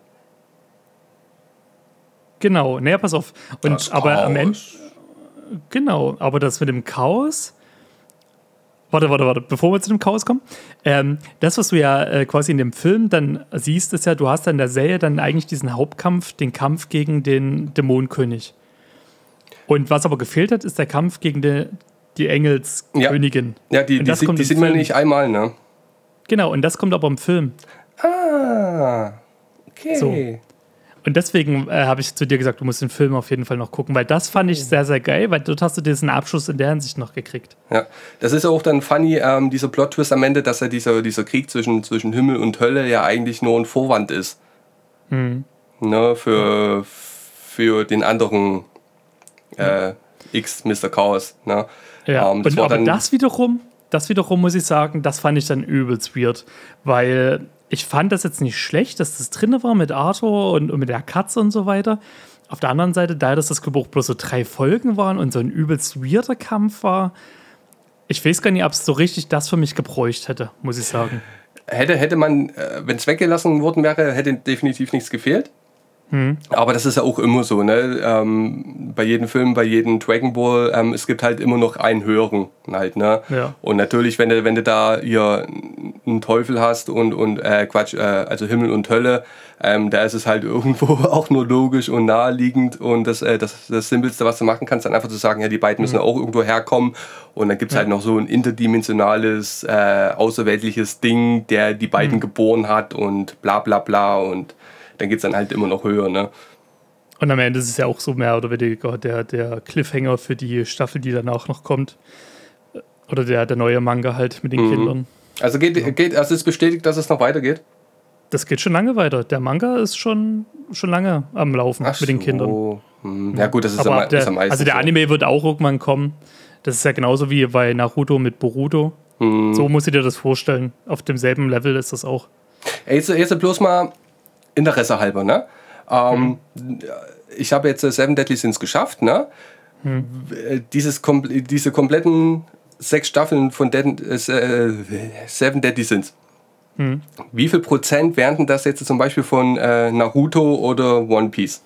Genau. Nee, pass auf. Und, das aber Chaos. am Ende. Genau. Aber das mit dem Chaos. Warte, warte, warte, bevor wir zu dem Chaos kommen. Ähm, das, was du ja äh, quasi in dem Film dann siehst, ist ja, du hast dann in der Serie dann eigentlich diesen Hauptkampf, den Kampf gegen den Dämonenkönig. Und was aber gefehlt hat, ist der Kampf gegen die, die Engelskönigin. Ja, ja die, die, die, die sieht man nicht einmal, ne? Genau, und das kommt aber im Film. Ah, okay. So. Und deswegen äh, habe ich zu dir gesagt, du musst den Film auf jeden Fall noch gucken, weil das fand ich sehr, sehr geil, weil dort hast du diesen Abschluss in der Hinsicht noch gekriegt. Ja, das ist auch dann funny, ähm, dieser Plot-Twist am Ende, dass ja dieser, dieser Krieg zwischen, zwischen Himmel und Hölle ja eigentlich nur ein Vorwand ist. Hm. Ne, für, für den anderen äh, X, Mister Chaos. Ne? Ja, ähm, das und, war aber dann das wiederum, das wiederum muss ich sagen, das fand ich dann übelst weird, weil ich fand das jetzt nicht schlecht, dass das drin war mit Arthur und, und mit der Katze und so weiter. Auf der anderen Seite, da dass das Buch bloß so drei Folgen waren und so ein übelst weirder Kampf war, ich weiß gar nicht, ob es so richtig das für mich gebräucht hätte, muss ich sagen. Hätte, hätte man, äh, wenn es weggelassen worden wäre, hätte definitiv nichts gefehlt. Hm. Aber das ist ja auch immer so, ne? Ähm, bei jedem Film, bei jedem Dragon Ball, ähm, es gibt halt immer noch einen höheren halt, ne? Ja. Und natürlich, wenn du, wenn du da hier einen Teufel hast und, und äh, Quatsch, äh, also Himmel und Hölle, ähm, da ist es halt irgendwo auch nur logisch und naheliegend und das, äh, das, das Simpelste, was du machen kannst, dann einfach zu sagen, ja, die beiden müssen mhm. auch irgendwo herkommen und dann gibt es ja. halt noch so ein interdimensionales, äh, außerweltliches Ding, der die beiden mhm. geboren hat und bla bla bla und dann geht es dann halt immer noch höher, ne? Und am Ende ist es ja auch so mehr oder weniger der, der Cliffhanger für die Staffel, die danach noch kommt. Oder der, der neue Manga halt mit den Mhm. Kindern. Also geht, Ja. geht, also ist bestätigt, dass es noch weitergeht? Das geht schon lange weiter. Der Manga ist schon, schon lange am Laufen Ach mit den so. Kindern. Hm. Ja gut, das ist, Aber am, ab der, ist am meisten also der so. Anime wird auch irgendwann kommen. Das ist ja genauso wie bei Naruto mit Boruto. Hm. So musst du dir das vorstellen. Auf demselben Level ist das auch. Ey, Jetzt, jetzt bloß mal Interesse halber, ne? Ähm, Ich habe jetzt äh, Seven Deadly Sins geschafft, ne? Äh, Dieses, kom- diese kompletten sechs Staffeln von Dead, äh, Seven Deadly Sins. Hm. Wie viel Prozent wären denn das jetzt zum Beispiel von äh, Naruto oder One Piece?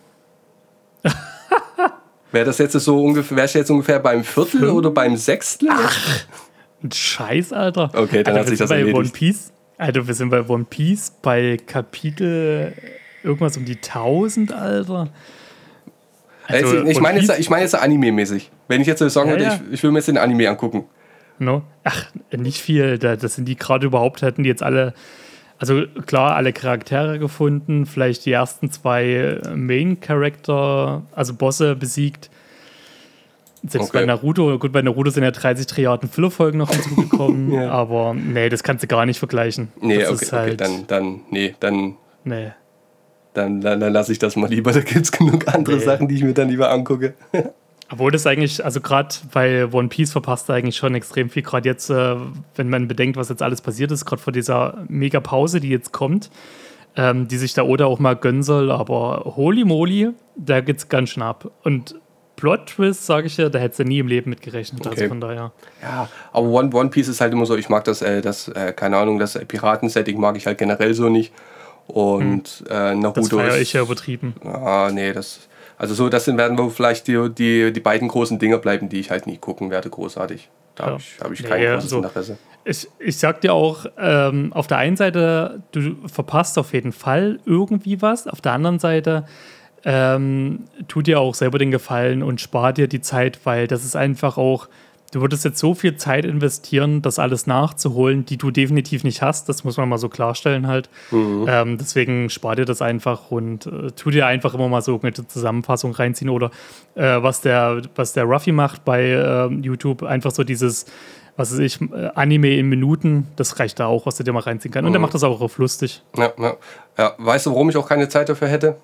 Wäre das jetzt so ungefähr, wärst du jetzt ungefähr beim Viertel Fünf? oder beim Sechstel? Ein Scheiß, Alter. Okay, dann Alter, hat sich wir das sind bei erledigt. One Piece. Alter, wir sind bei One Piece bei Kapitel irgendwas um die tausend, Alter. Also, ich One meine jetzt, Piece- ich meine jetzt Anime-mäßig. Wenn ich jetzt so sagen Ja, würde, ja. ich, ich will mir jetzt den Anime angucken. No? Ach, nicht viel. Da, das sind die gerade überhaupt, hätten die jetzt alle, also klar, alle Charaktere gefunden, vielleicht die ersten zwei Main-Charakter, also Bosse besiegt. Selbst Okay. bei Naruto, gut, bei Naruto sind ja dreißig Trilliarden Filler-Folgen noch hinzugekommen, Ja. aber nee, das kannst du gar nicht vergleichen. Nee, das okay, ist halt, okay, dann, dann, nee, dann, nee. dann, dann, dann lasse ich das mal lieber. Da gibt es genug andere Nee. Sachen, die ich mir dann lieber angucke. Obwohl das eigentlich, also gerade bei One Piece verpasst du eigentlich schon extrem viel. Gerade jetzt, äh, wenn man bedenkt, was jetzt alles passiert ist, gerade vor dieser Mega-Pause, die jetzt kommt, ähm, die sich der Oda auch mal gönnen soll. Aber holy moly, da geht's ganz schön ab. Und Plot-Twist, sage ich ja, da hättest du nie im Leben mit gerechnet. Okay. Also von daher. Ja, aber One, One Piece ist halt immer so, ich mag das, äh, das äh, keine Ahnung, das äh, Piraten-Setting mag ich halt generell so nicht. Und äh, Das Naruto feiere ist... ich ja übertrieben. Ah, nee, das... Also so, das sind, werden wohl vielleicht die, die, die beiden großen Dinger bleiben, die ich halt nie gucken werde, großartig. Da Ja. habe ich, hab ich Nee, kein großes also- Interesse. Ich, ich sag dir auch, ähm, auf der einen Seite, du verpasst auf jeden Fall irgendwie was. Auf der anderen Seite, ähm, tu dir auch selber den Gefallen und spar dir die Zeit, weil das ist einfach auch, du würdest jetzt so viel Zeit investieren, das alles nachzuholen, die du definitiv nicht hast. Das muss man mal so klarstellen halt. Ähm, deswegen spar dir das einfach und äh, tu dir einfach immer mal so eine Zusammenfassung reinziehen oder äh, was der, was der Ruffy macht bei äh, YouTube, einfach so dieses, was weiß ich, äh, Anime in Minuten, das reicht da auch, was du dir mal reinziehen kannst. Und der macht das auch auf lustig. Ja, ja. Ja, weißt du, warum ich auch keine Zeit dafür hätte?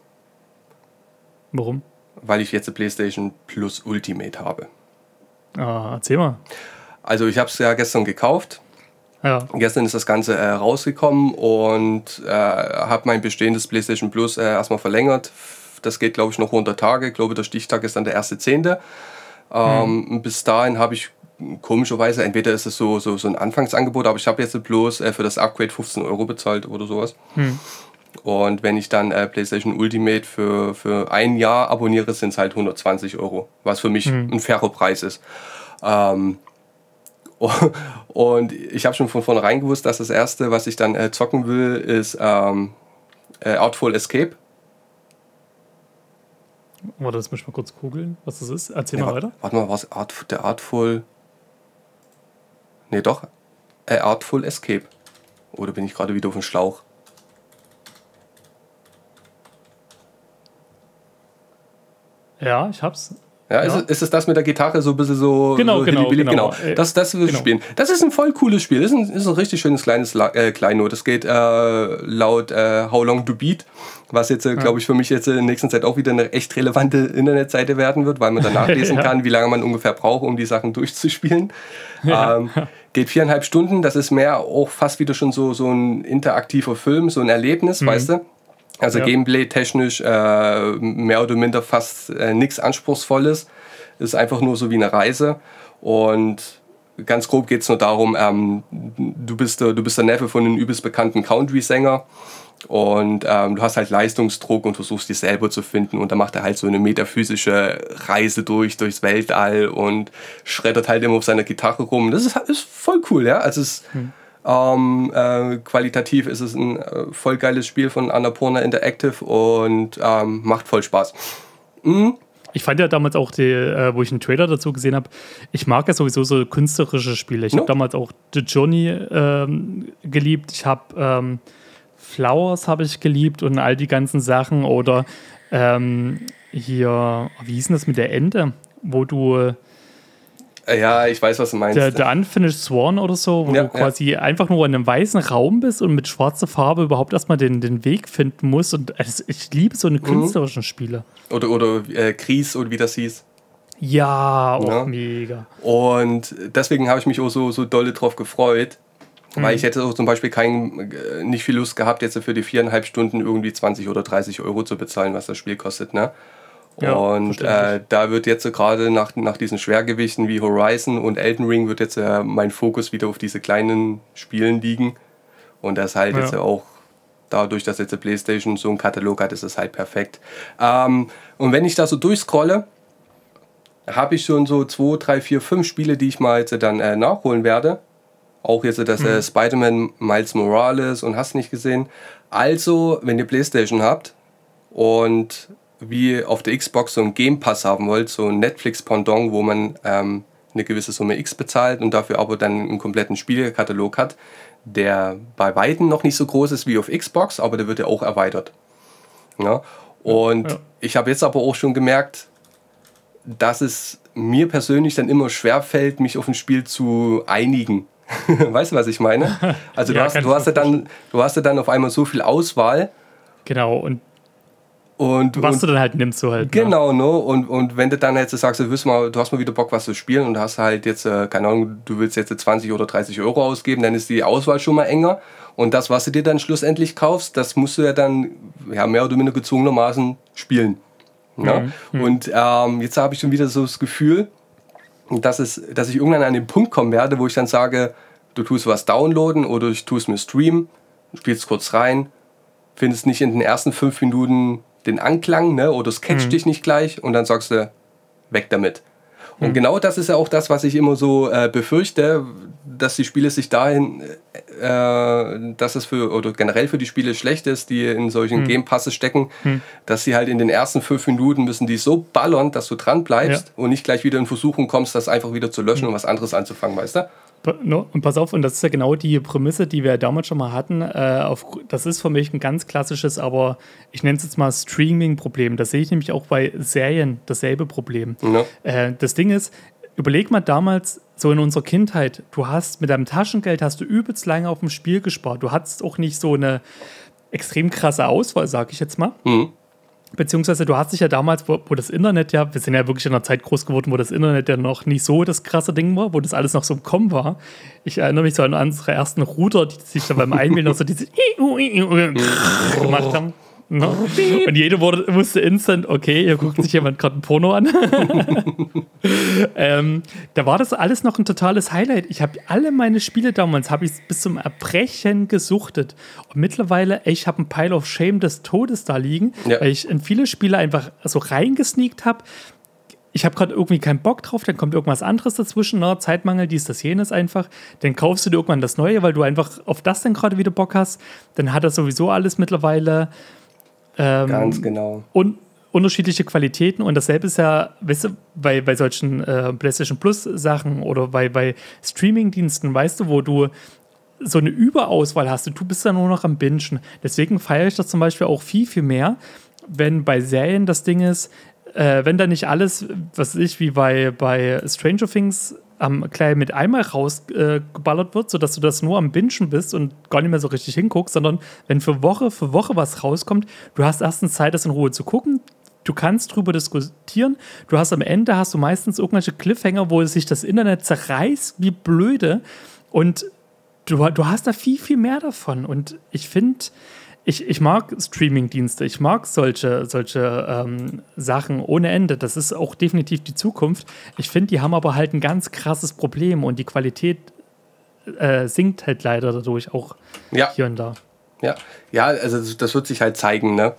Warum? Weil ich jetzt eine PlayStation Plus Ultimate habe. Ah, erzähl mal. Also ich habe es ja gestern gekauft. Ja. Gestern ist das Ganze äh, rausgekommen und äh, habe mein bestehendes PlayStation Plus äh, erstmal verlängert. Das geht, glaube ich, noch hundert Tage. Ich glaube, der Stichtag ist dann der erste zehnte Ähm, Bis dahin habe ich komischerweise, entweder ist es so, so, so ein Anfangsangebot, aber ich habe jetzt bloß äh, für das Upgrade fünfzehn Euro bezahlt oder sowas. Hm. Und wenn ich dann äh, PlayStation Ultimate für, für ein Jahr abonniere, sind es halt hundertzwanzig Euro, was für mich Hm. ein fairer Preis ist. Ähm, und ich habe schon von vornherein gewusst, dass das erste, was ich dann äh, zocken will, ist ähm, äh, Artful Escape. Warte, das muss ich mal kurz googeln, was das ist. Erzähl Ja, mal wa- weiter. Warte mal, was Art, der Artful. Nee, doch. Äh, Artful Escape. Oder bin ich gerade wieder auf dem Schlauch? Ja, ich hab's. Ja, Ist, Ja. es, ist es das mit der Gitarre so ein bisschen so. Genau, so genau, Hilly-Billy? genau. genau. Das, das will ich Genau. spielen. Das ist ein voll cooles Spiel. Das ist ein, ist ein richtig schönes kleines La äh, Kleinod. Das geht äh, laut äh, How Long to Beat, was jetzt, äh, glaube ich, für mich jetzt in der nächsten Zeit auch wieder eine echt relevante Internetseite werden wird, weil man dann nachlesen Ja. kann, wie lange man ungefähr braucht, um die Sachen durchzuspielen. Ja. Ähm, geht viereinhalb Stunden. Das ist mehr auch fast wieder schon so, so ein interaktiver Film, so ein Erlebnis, weißt du? Also Ja. Gameplay-technisch äh, mehr oder minder fast äh, nichts Anspruchsvolles. Ist einfach nur so wie eine Reise. Und ganz grob geht es nur darum, ähm, du, bist, der- du bist der Neffe von einem übelst bekannten Country-Sänger. Und ähm, du hast halt Leistungsdruck und versuchst dich selber zu finden. Und dann macht er halt so eine metaphysische Reise durch, durchs Weltall und schreddert halt immer auf seiner Gitarre rum. Das ist, ist voll cool, ja. Also es ist, ähm, äh, qualitativ ist es ein äh, voll geiles Spiel von Annapurna Interactive und ähm, macht voll Spaß. Ich fand ja damals auch, die, äh, wo ich einen Trailer dazu gesehen habe, ich mag ja sowieso so künstlerische Spiele. Ich No. habe damals auch The Journey ähm, geliebt. Ich habe ähm, Flowers habe ich geliebt und all die ganzen Sachen. Oder ähm, hier, wie hieß denn das mit der Ente? Wo du, Ja, ich weiß, was du meinst. Der, der Unfinished Sworn oder so, wo ja, du quasi ja. einfach nur in einem weißen Raum bist und mit schwarzer Farbe überhaupt erstmal den, den Weg finden musst. Und also ich liebe so eine künstlerischen Spiele. Oder, oder äh, Gries oder wie das hieß. Ja, auch ja. mega. Und deswegen habe ich mich auch so, so dolle drauf gefreut. Mhm. Weil ich hätte auch zum Beispiel kein, nicht viel Lust gehabt, jetzt für die viereinhalb Stunden irgendwie zwanzig oder dreißig Euro zu bezahlen, was das Spiel kostet, ne? Ja, und äh, da wird jetzt so gerade nach, nach diesen Schwergewichten wie Horizon und Elden Ring wird jetzt äh, mein Fokus wieder auf diese kleinen Spielen liegen. Und das halt ja. jetzt auch dadurch, dass jetzt die PlayStation so einen Katalog hat, ist es halt perfekt. Ähm, und wenn ich da so durchscrolle, habe ich schon so zwei, drei, vier, fünf Spiele, die ich mal jetzt dann äh, nachholen werde. Auch jetzt das äh, mhm. Spider-Man Miles Morales und hast nicht gesehen. Also, wenn ihr PlayStation habt und wie auf der Xbox so einen Game Pass haben wollt, so ein Netflix-Pendant, wo man ähm, eine gewisse Summe X bezahlt und dafür aber dann einen kompletten Spielekatalog hat, der bei Weitem noch nicht so groß ist wie auf Xbox, aber der wird ja auch erweitert. Ja? Und ja. ich habe jetzt aber auch schon gemerkt, dass es mir persönlich dann immer schwerfällt, mich auf ein Spiel zu einigen. Weißt du, was ich meine? Also ja, du, hast, du, hast ja dann, du hast ja dann auf einmal so viel Auswahl. Genau, und Und, was und, du dann halt nimmst, du halt. Genau, ne? und, und wenn du dann jetzt sagst, du, willst mal, du hast mal wieder Bock, was zu spielen und hast halt jetzt, äh, keine Ahnung, du willst jetzt zwanzig oder dreißig Euro ausgeben, dann ist die Auswahl schon mal enger. Und das, was du dir dann schlussendlich kaufst, das musst du ja dann ja, mehr oder minder gezwungenermaßen spielen. Ne? Mhm. Und ähm, jetzt habe ich schon wieder so das Gefühl, dass, es, dass ich irgendwann an den Punkt kommen werde, wo ich dann sage, du tust was downloaden oder ich tue es mir streamen, spielst kurz rein, findest nicht in den ersten fünf Minuten den Anklang, ne, oder es catcht mhm. dich nicht gleich und dann sagst du, weg damit. Und mhm. genau das ist ja auch das, was ich immer so äh, befürchte, dass die Spiele sich dahin, äh, dass es für, oder generell für die Spiele schlecht ist, die in solchen mhm. Game Passes stecken, mhm. dass sie halt in den ersten fünf Minuten müssen die so ballern, dass du dran bleibst ja. und nicht gleich wieder in Versuchung kommst, das einfach wieder zu löschen mhm. und was anderes anzufangen, weißt du? Und pass auf, und das ist ja genau die Prämisse, die wir damals schon mal hatten. Äh, auf, das ist für mich ein ganz klassisches, aber ich nenne es jetzt mal Streaming-Problem. Das sehe ich nämlich auch bei Serien dasselbe Problem. Ja. Äh, das Ding ist, überleg mal damals, so in unserer Kindheit, du hast mit deinem Taschengeld hast du übelst lange auf dem Spiel gespart. Du hattest auch nicht so eine extrem krasse Auswahl, sag ich jetzt mal. Mhm. Beziehungsweise du hast dich ja damals, wo, wo das Internet ja, wir sind ja wirklich in einer Zeit groß geworden, wo das Internet ja noch nicht so das krasse Ding war, wo das alles noch so im Kommen war. Ich erinnere mich so an unsere ersten Router, die sich dann beim Einwählen noch so diese gemacht haben. No. Und jeder wurde, wusste instant, okay, hier guckt sich jemand gerade ein Porno an. ähm, da war das alles noch ein totales Highlight. Ich habe alle meine Spiele damals, habe ich bis zum Erbrechen gesuchtet. Und mittlerweile, ey, ich habe ein Pile of Shame des Todes da liegen, ja. weil ich in viele Spiele einfach so reingesneakt habe. Ich habe gerade irgendwie keinen Bock drauf, dann kommt irgendwas anderes dazwischen, ne? Zeitmangel, dies, das, jenes einfach. Dann kaufst du dir irgendwann das Neue, weil du einfach auf das dann gerade wieder Bock hast. Dann hat das sowieso alles mittlerweile Ähm, Ganz genau. Und unterschiedliche Qualitäten und dasselbe ist ja, weißt du, bei, bei solchen äh, PlayStation Plus Sachen oder bei, bei Streaming-Diensten, weißt du, wo du so eine Überauswahl hast und du bist dann nur noch am Bingen. Deswegen feiere ich das zum Beispiel auch viel, viel mehr, wenn bei Serien das Ding ist, äh, wenn da nicht alles, was weiß ich, wie bei, bei Stranger Things am gleich mit einmal rausgeballert äh, wird, sodass du das nur am Bingen bist und gar nicht mehr so richtig hinguckst, sondern wenn für Woche für Woche was rauskommt, du hast erstens Zeit, das in Ruhe zu gucken, du kannst drüber diskutieren, du hast am Ende hast du meistens irgendwelche Cliffhanger, wo sich das Internet zerreißt wie blöde und du, du hast da viel, viel mehr davon und ich finde, Ich, ich mag Streaming-Dienste, ich mag solche, solche ähm, Sachen ohne Ende. Das ist auch definitiv die Zukunft. Ich finde, die haben aber halt ein ganz krasses Problem und die Qualität äh, sinkt halt leider dadurch auch ja. hier und da. Ja, ja, also das wird sich halt zeigen, ne?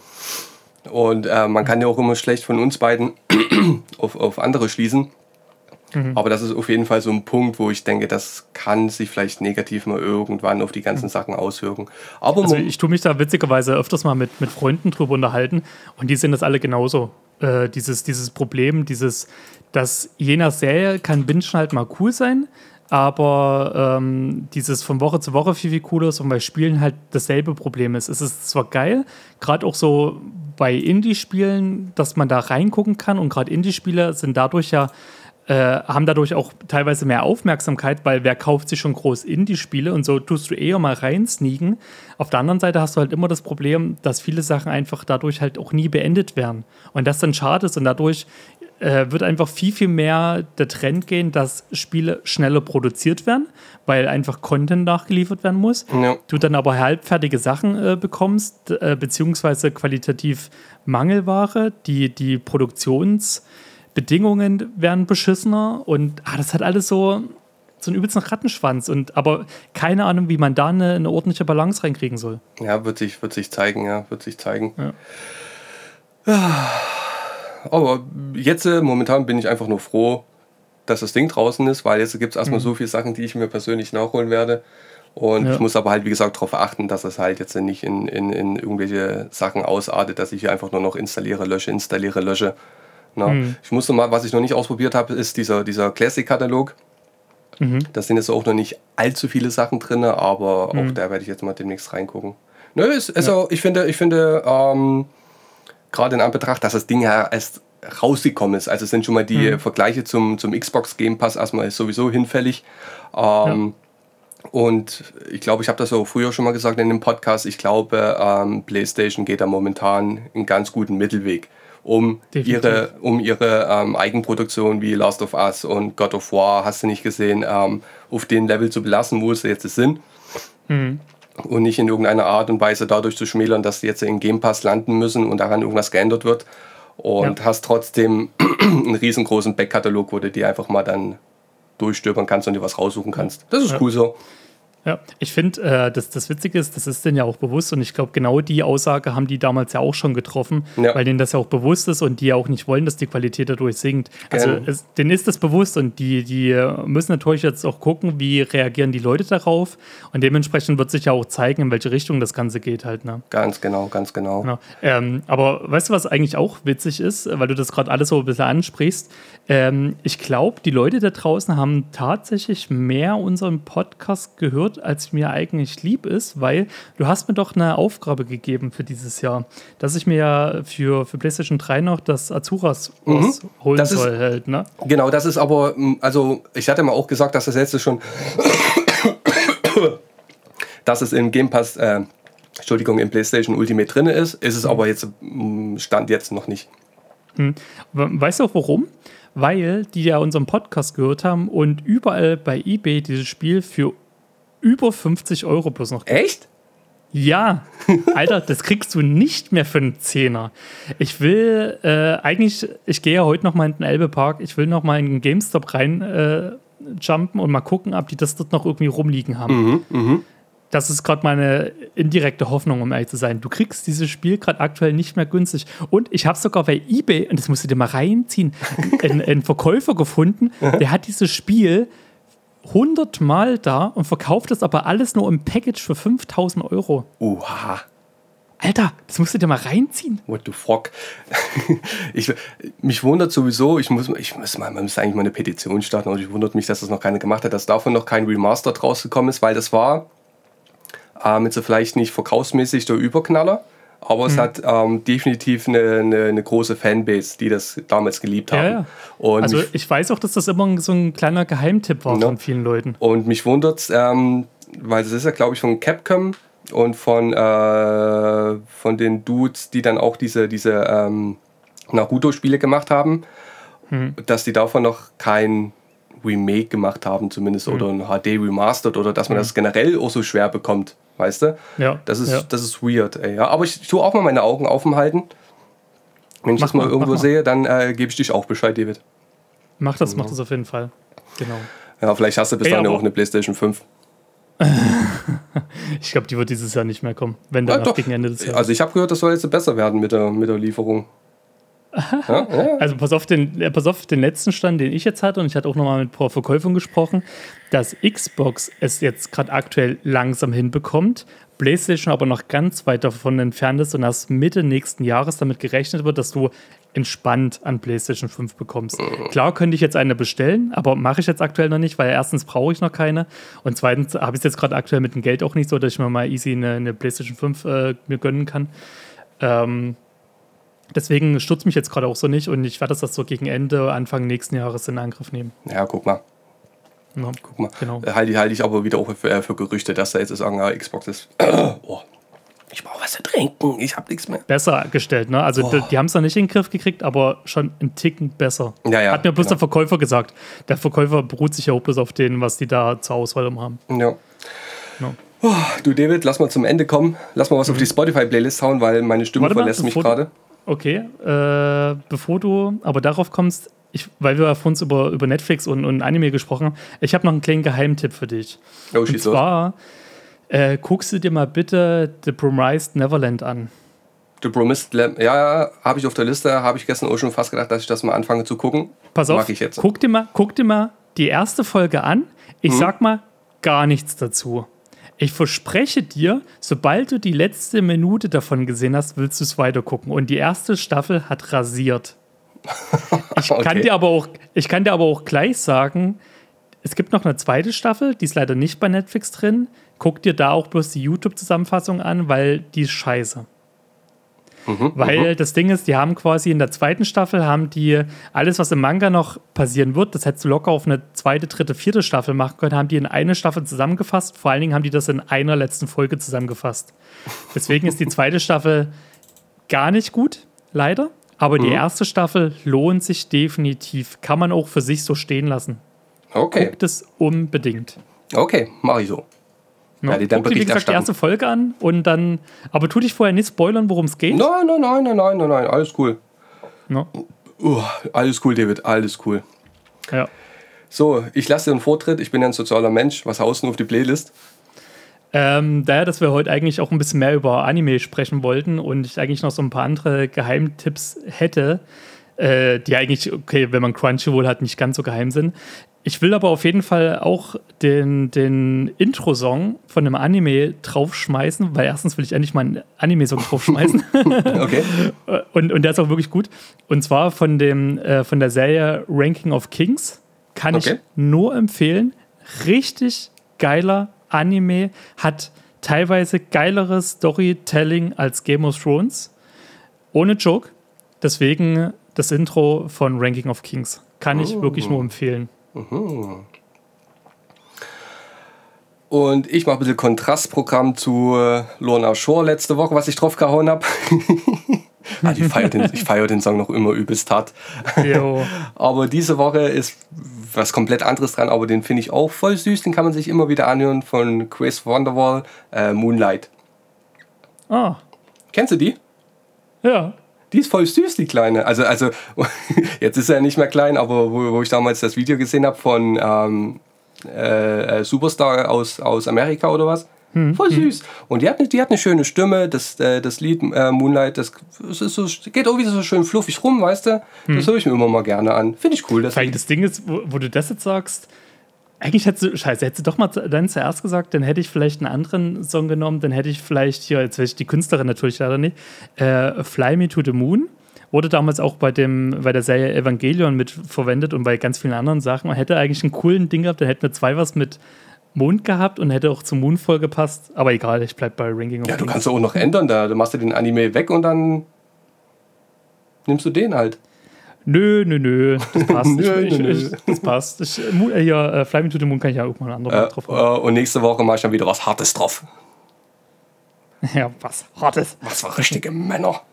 Und äh, man kann ja auch immer schlecht von uns beiden auf, auf andere schließen. Mhm. Aber das ist auf jeden Fall so ein Punkt, wo ich denke, das kann sich vielleicht negativ mal irgendwann auf die ganzen mhm. Sachen auswirken. Aber also ich tue mich da witzigerweise öfters mal mit, mit Freunden drüber unterhalten und die sehen das alle genauso. Äh, dieses, dieses Problem, dieses, dass je nach Serie kann Bingen halt mal cool sein, aber ähm, dieses von Woche zu Woche viel, viel cooler ist und bei Spielen halt dasselbe Problem ist. Es ist zwar geil, gerade auch so bei Indie-Spielen, dass man da reingucken kann und gerade Indie-Spiele sind dadurch ja äh, haben dadurch auch teilweise mehr Aufmerksamkeit, weil wer kauft sich schon groß Indie-Spiele und so tust du eher mal reinsneaken. Auf der anderen Seite hast du halt immer das Problem, dass viele Sachen einfach dadurch halt auch nie beendet werden. Und das dann schade ist und dadurch äh, wird einfach viel, viel mehr der Trend gehen, dass Spiele schneller produziert werden, weil einfach Content nachgeliefert werden muss. Ja. Du dann aber halbfertige Sachen äh, bekommst, äh, beziehungsweise qualitativ Mangelware, die, die Produktionsbedingungen werden beschissener und ah, das hat alles so, so einen übelsten Rattenschwanz. Und, aber keine Ahnung, wie man da eine, eine ordentliche Balance reinkriegen soll. Ja, wird sich, wird sich zeigen, ja, wird sich zeigen. Ja. Aber jetzt, äh, momentan bin ich einfach nur froh, dass das Ding draußen ist, weil jetzt gibt es erstmal mhm. so viele Sachen, die ich mir persönlich nachholen werde. Und ja. ich muss aber halt, wie gesagt, darauf achten, dass es halt jetzt nicht in, in, in irgendwelche Sachen ausartet, dass ich hier einfach nur noch installiere, lösche, installiere, lösche. Na, mhm. Ich musste mal, was ich noch nicht ausprobiert habe, ist dieser, dieser Classic-Katalog. Mhm. Da sind jetzt auch noch nicht allzu viele Sachen drin, aber mhm. auch da werde ich jetzt mal demnächst reingucken. Nö, ist, ist ja. auch, ich finde, ich finde ähm, gerade in Anbetracht, dass das Ding ja erst rausgekommen ist, also sind schon mal die mhm. Vergleiche zum, zum Xbox Game Pass erstmal sowieso hinfällig. Ähm, ja. Und ich glaube, ich habe das auch früher schon mal gesagt in dem Podcast, ich glaube, ähm, PlayStation geht da momentan einen ganz guten Mittelweg, um Definitiv. ihre, um ihre ähm, Eigenproduktion wie Last of Us und God of War, hast du nicht gesehen, ähm, auf dem Level zu belassen, wo sie jetzt sind. Mhm. Und nicht in irgendeiner Art und Weise dadurch zu schmälern, dass sie jetzt in Game Pass landen müssen und daran irgendwas geändert wird. Und ja. hast trotzdem einen riesengroßen Backkatalog, wo du dir einfach mal dann durchstöbern kannst und dir was raussuchen kannst. Das ist ja. cool so. Ja, ich finde, äh, das, das Witzige ist, das ist denen ja auch bewusst und ich glaube, genau die Aussage haben die damals ja auch schon getroffen, ja. weil denen das ja auch bewusst ist und die ja auch nicht wollen, dass die Qualität dadurch sinkt. Also es, denen ist das bewusst und die, die müssen natürlich jetzt auch gucken, wie reagieren die Leute darauf und dementsprechend wird sich ja auch zeigen, in welche Richtung das Ganze geht halt. Ne? Ganz genau, ganz genau. genau. Ähm, aber weißt du, was eigentlich auch witzig ist, weil du das gerade alles so ein bisschen ansprichst? Ähm, ich glaube, die Leute da draußen haben tatsächlich mehr unseren Podcast gehört, als mir eigentlich lieb ist, weil du hast mir doch eine Aufgabe gegeben für dieses Jahr, dass ich mir ja für, für PlayStation drei noch das Azuras mhm. holen das soll. Ist, halt, ne? Genau, das ist aber, also ich hatte mal auch gesagt, dass das letzte schon, dass es im Game Pass, äh, Entschuldigung, im PlayStation Ultimate drin ist, ist es mhm. aber jetzt, Stand jetzt noch nicht. Mhm. Weißt du auch warum? Weil die ja unseren Podcast gehört haben und überall bei eBay dieses Spiel für über fünfzig Euro bloß noch. Echt? Ja, Alter, das kriegst du nicht mehr für einen Zehner. Ich will äh, eigentlich, ich gehe ja heute noch mal in den Elbe-Park, ich will noch mal in den GameStop rein äh, jumpen und mal gucken, ob die das dort noch irgendwie rumliegen haben. Mhm, mh. Das ist gerade meine indirekte Hoffnung, um ehrlich zu sein. Du kriegst dieses Spiel gerade aktuell nicht mehr günstig. Und ich habe sogar bei eBay, und das musst du dir mal reinziehen, einen, einen Verkäufer gefunden, der hat dieses Spiel hundert Mal da und verkauft das aber alles nur im Package für fünftausend Euro. Oha. Alter, das musst du dir mal reinziehen. What the fuck? ich, mich wundert sowieso, ich muss, ich muss mal, man müsste eigentlich mal eine Petition starten, und ich wundert mich, dass das noch keiner gemacht hat, dass davon noch kein Remaster draus gekommen ist, weil das war ähm, jetzt vielleicht nicht verkaufsmäßig der Überknaller, aber es hm. hat ähm, definitiv eine, eine, eine große Fanbase, die das damals geliebt haben. Ja, ja. Und also mich, ich weiß auch, dass das immer so ein kleiner Geheimtipp war, ne, von vielen Leuten. Und mich wundert es, ähm, weil das ist ja, glaube ich, von Capcom und von, äh, von den Dudes, die dann auch diese, diese ähm, Naruto-Spiele gemacht haben, hm. dass die davon noch kein Remake gemacht haben zumindest hm. oder ein H D Remastered oder dass man hm. das generell auch so schwer bekommt. Weißt du? Ja. Das ist, ja. das ist weird, ey. Ja, aber ich tue auch mal meine Augen offen halten. Wenn ich mach das mal, mal irgendwo sehe, dann äh, gebe ich dich auch Bescheid, David. Mach das, mhm. mach das auf jeden Fall. Genau. Ja, vielleicht hast du bis dahin auch eine PlayStation fünf. Ich glaube, die wird dieses Jahr nicht mehr kommen, wenn dann ja, gegen Ende des Jahres. Also ich habe gehört, das soll jetzt besser werden mit der, mit der Lieferung. Ja, ja. Also pass auf, den, äh, pass auf den letzten Stand, den ich jetzt hatte, und ich hatte auch nochmal mit ein paar Verkäufern gesprochen, dass Xbox es jetzt gerade aktuell langsam hinbekommt, PlayStation aber noch ganz weit davon entfernt ist und erst Mitte nächsten Jahres damit gerechnet wird, dass du entspannt an PlayStation fünf bekommst. Mhm. Klar könnte ich jetzt eine bestellen, aber mache ich jetzt aktuell noch nicht, weil erstens brauche ich noch keine und zweitens habe ich es jetzt gerade aktuell mit dem Geld auch nicht so, dass ich mir mal easy eine, eine PlayStation fünf äh, mir gönnen kann. Ähm, Deswegen stutzt mich jetzt gerade auch so nicht und ich werde das so gegen Ende, Anfang nächsten Jahres in Angriff nehmen. Ja, guck mal. Ja, guck mal. Genau. Halte halt ich aber wieder auch für, für Gerüchte, dass da jetzt sagen, ja, Xbox ist. Oh, ich brauche was zu trinken, ich habe nichts mehr. Besser gestellt, ne? Also Oh. die, die haben es noch nicht in den Griff gekriegt, aber schon einen Ticken besser. Ja, ja, Hat mir bloß genau. der Verkäufer gesagt. Der Verkäufer beruht sich ja auch bloß auf den, was die da zur Auswahl haben. Ja. No. Oh, du David, lass mal zum Ende kommen. Lass mal was mhm. auf die Spotify-Playlist hauen, weil meine Stimme Warte mal, verlässt mich bevor gerade. du- Okay, äh, bevor du aber darauf kommst, ich, weil wir ja vorhin über, über Netflix und, und Anime gesprochen haben, ich habe noch einen kleinen Geheimtipp für dich. Oh, und schieß los. zwar äh, guckst du dir mal bitte The Promised Neverland an. The Promised Land, ja, ja, habe ich auf der Liste, habe ich gestern auch schon fast gedacht, dass ich das mal anfange zu gucken. Pass auf, Mach ich jetzt. Guck, dir mal, guck dir mal die erste Folge an. Ich Mhm. sag mal gar nichts dazu. Ich verspreche dir, sobald du die letzte Minute davon gesehen hast, willst du es weitergucken. Und die erste Staffel hat rasiert. Ich, Okay. kann dir aber auch, ich kann dir aber auch gleich sagen, es gibt noch eine zweite Staffel, die ist leider nicht bei Netflix drin. Guck dir da auch bloß die YouTube-Zusammenfassung an, weil die ist scheiße. Mhm, Weil das Ding ist, die haben quasi in der zweiten Staffel haben die alles, was im Manga noch passieren wird, das hättest du locker auf eine zweite, dritte, vierte Staffel machen können, haben die in eine Staffel zusammengefasst. Vor allen Dingen haben die das in einer letzten Folge zusammengefasst. Deswegen ist die zweite Staffel gar nicht gut, leider. Aber die Mhm. erste Staffel lohnt sich definitiv. Kann man auch für sich so stehen lassen. Okay, Guckt es unbedingt. okay, mache ich so. Ne? Ja, die dann Guck dir, wie gesagt, die Berichterstattung. erste Folge an und dann. Aber tu dich vorher nicht spoilern, worum es geht. Nein, nein, nein, nein, nein, nein, nein, alles cool. Ne? Uh, alles cool, David, alles cool. Ja. So, ich lasse dir einen Vortritt, ich bin ja ein sozialer Mensch. Was haust du auf die Playlist? Ähm, daher, dass wir heute eigentlich auch ein bisschen mehr über Anime sprechen wollten und ich eigentlich noch so ein paar andere Geheimtipps hätte, äh, die eigentlich, okay, wenn man Crunchyroll hat, nicht ganz so geheim sind. Ich will aber auf jeden Fall auch den, den Intro-Song von einem Anime draufschmeißen, weil erstens will ich endlich mal einen Anime-Song draufschmeißen. Okay. und, und der ist auch wirklich gut. Und zwar von, dem, äh, von der Serie Ranking of Kings. Kann Okay. ich nur empfehlen. Richtig geiler Anime. Hat teilweise geileres Storytelling als Game of Thrones. Ohne Joke. Deswegen das Intro von Ranking of Kings. Kann ich Oh. wirklich nur empfehlen. Und ich mache ein bisschen Kontrastprogramm zu äh, Lorna Shore letzte Woche, was ich drauf gehauen habe. ah, ich feiere den, ich feier den Song noch immer übelst hart. Jo. Aber diese Woche ist was komplett anderes dran, aber den finde ich auch voll süß. Den kann man sich immer wieder anhören von Chris Wonderwall, äh, Moonlight. Ah, Kennst du die? ja. Die ist voll süß, die Kleine. Also, also jetzt ist er ja nicht mehr klein, aber wo, wo ich damals das Video gesehen habe von ähm, äh, äh, Superstar aus, aus Amerika oder was. Hm. Voll süß. Und die hat, eine, die hat eine schöne Stimme. Das, äh, das Lied äh, Moonlight, das, das ist so, geht auch wieder so schön fluffig rum, weißt du? Das höre ich mir immer mal gerne an. Finde ich cool. Das Weil das Ding ist, wo, wo du das jetzt sagst, eigentlich hättest du, scheiße, hättest du doch mal dann zuerst gesagt, dann hätte ich vielleicht einen anderen Song genommen, dann hätte ich vielleicht hier, jetzt weiß ich die Künstlerin natürlich leider nicht, äh, Fly Me to the Moon, wurde damals auch bei, dem, bei der Serie Evangelion mit verwendet und bei ganz vielen anderen Sachen. Man hätte eigentlich einen coolen Ding gehabt, dann hätten wir zwei was mit Mond gehabt und hätte auch zum Moon voll gepasst, aber egal, ich bleib bei Ranking of ja, du Kings. kannst auch noch ändern. Da, da machst du den Anime weg und dann nimmst du den halt. Nö, nö, nö, das passt. Nö, ich, nö, ich, nö. ich, das passt. Ich, äh, hier, äh, Fly Me to the Moon kann ich ja irgendwann ein anderes Mal Äh, drauf äh, haben. und nächste Woche mach ich dann wieder was Hartes drauf. Ja, was Hartes. Was für richtige Männer.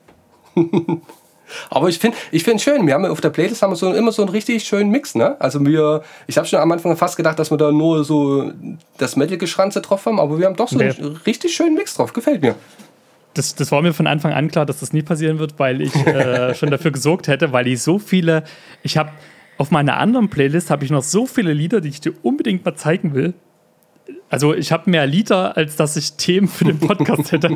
Aber ich finde ich find schön, wir haben ja auf der Playlist haben wir so, immer so einen richtig schönen Mix, ne? Also wir, ich habe schon am Anfang fast gedacht, dass wir da nur so das Metal-Geschranze drauf haben, aber wir haben doch so Nee. einen richtig schönen Mix drauf, gefällt mir. Das, das war mir von Anfang an klar, dass das nie passieren wird, weil ich äh, schon dafür gesorgt hätte, weil ich so viele, ich habe auf meiner anderen Playlist habe ich noch so viele Lieder, die ich dir unbedingt mal zeigen will. Also ich habe mehr Lieder, als dass ich Themen für den Podcast hätte.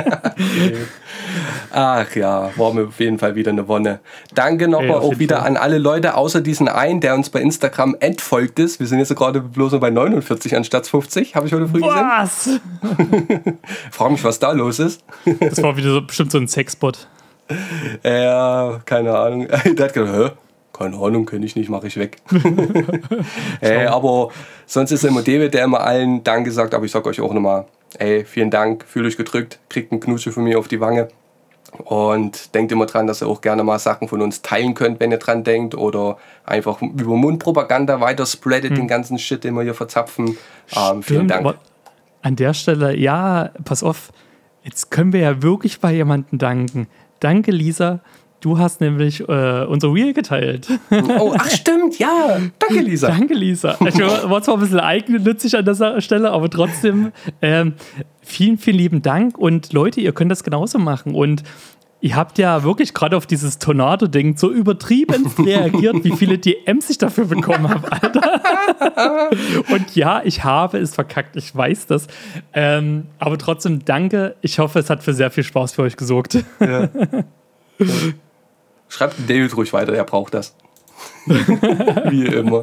Ach ja, war mir auf jeden Fall wieder eine Wonne. Danke nochmal Ja, auf auch jeden wieder Fall. an alle Leute, außer diesen einen, der uns bei Instagram entfolgt ist. Wir sind jetzt gerade bloß nur bei neunundvierzig anstatt fünfzig, habe ich heute früh gesehen. Was? Frag mich, was da los ist. Das war wieder so, bestimmt so ein Sexbot. Ja, keine Ahnung. Der hat gesagt, hä? Keine Ahnung, kenne ich nicht, mache ich weg. äh, aber sonst ist immer David, der immer allen Danke sagt, aber ich sag euch auch nochmal, ey, vielen Dank, fühlt euch gedrückt, kriegt einen Knutsche von mir auf die Wange. Und denkt immer dran, dass ihr auch gerne mal Sachen von uns teilen könnt, wenn ihr dran denkt. Oder einfach über Mundpropaganda weiter spreadet, hm. den ganzen Shit, den wir hier verzapfen. Ähm, vielen Dank. Aber an der Stelle, ja, pass auf, jetzt können wir ja wirklich bei jemandem danken. Danke, Lisa. Du hast nämlich äh, unser Reel geteilt. Oh, ach stimmt, ja. Danke, Lisa. Danke, Lisa. Ich war zwar ein bisschen eigennützig an der Stelle, aber trotzdem ähm, vielen, vielen lieben Dank. Und Leute, ihr könnt das genauso machen. Und ihr habt ja wirklich gerade auf dieses Tornado-Ding so übertrieben reagiert, wie viele D Ms ich dafür bekommen habe, Alter. Und ja, ich habe es verkackt, ich weiß das. Ähm, aber trotzdem danke. Ich hoffe, es hat für sehr viel Spaß für euch gesorgt. Ja. Ja. Schreibt David ruhig weiter, er braucht das. Wie immer.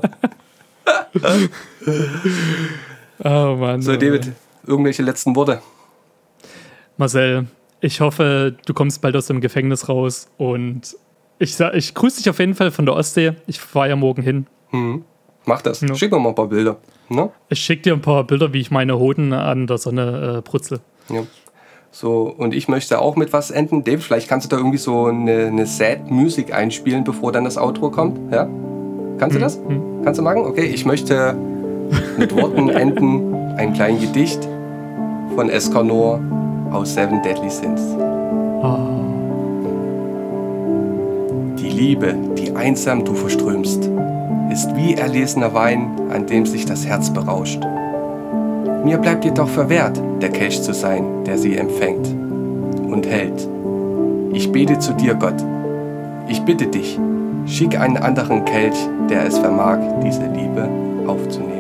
Oh Mann. So, David, irgendwelche letzten Worte? Marcel, ich hoffe, du kommst bald aus dem Gefängnis raus und ich, ich grüße dich auf jeden Fall von der Ostsee. Ich fahre ja morgen hin. Mhm. Mach das. Ja. Schick mir mal ein paar Bilder. Ne? Ich schicke dir ein paar Bilder, wie ich meine Hoden an der Sonne äh, brutzel. Ja. So, und ich möchte auch mit was enden. Dave, vielleicht kannst du da irgendwie so eine, eine Sad Music einspielen, bevor dann das Outro kommt. Ja? Kannst du das? Mhm. Kannst du machen? Okay, ich möchte mit Worten enden, ein kleines Gedicht von Escanor aus Seven Deadly Sins. Oh. Die Liebe, die einsam du verströmst, ist wie erlesener Wein, an dem sich das Herz berauscht. Mir bleibt jedoch verwehrt, der Kelch zu sein, der sie empfängt und hält. Ich bete zu dir, Gott. Ich bitte dich, schick einen anderen Kelch, der es vermag, diese Liebe aufzunehmen.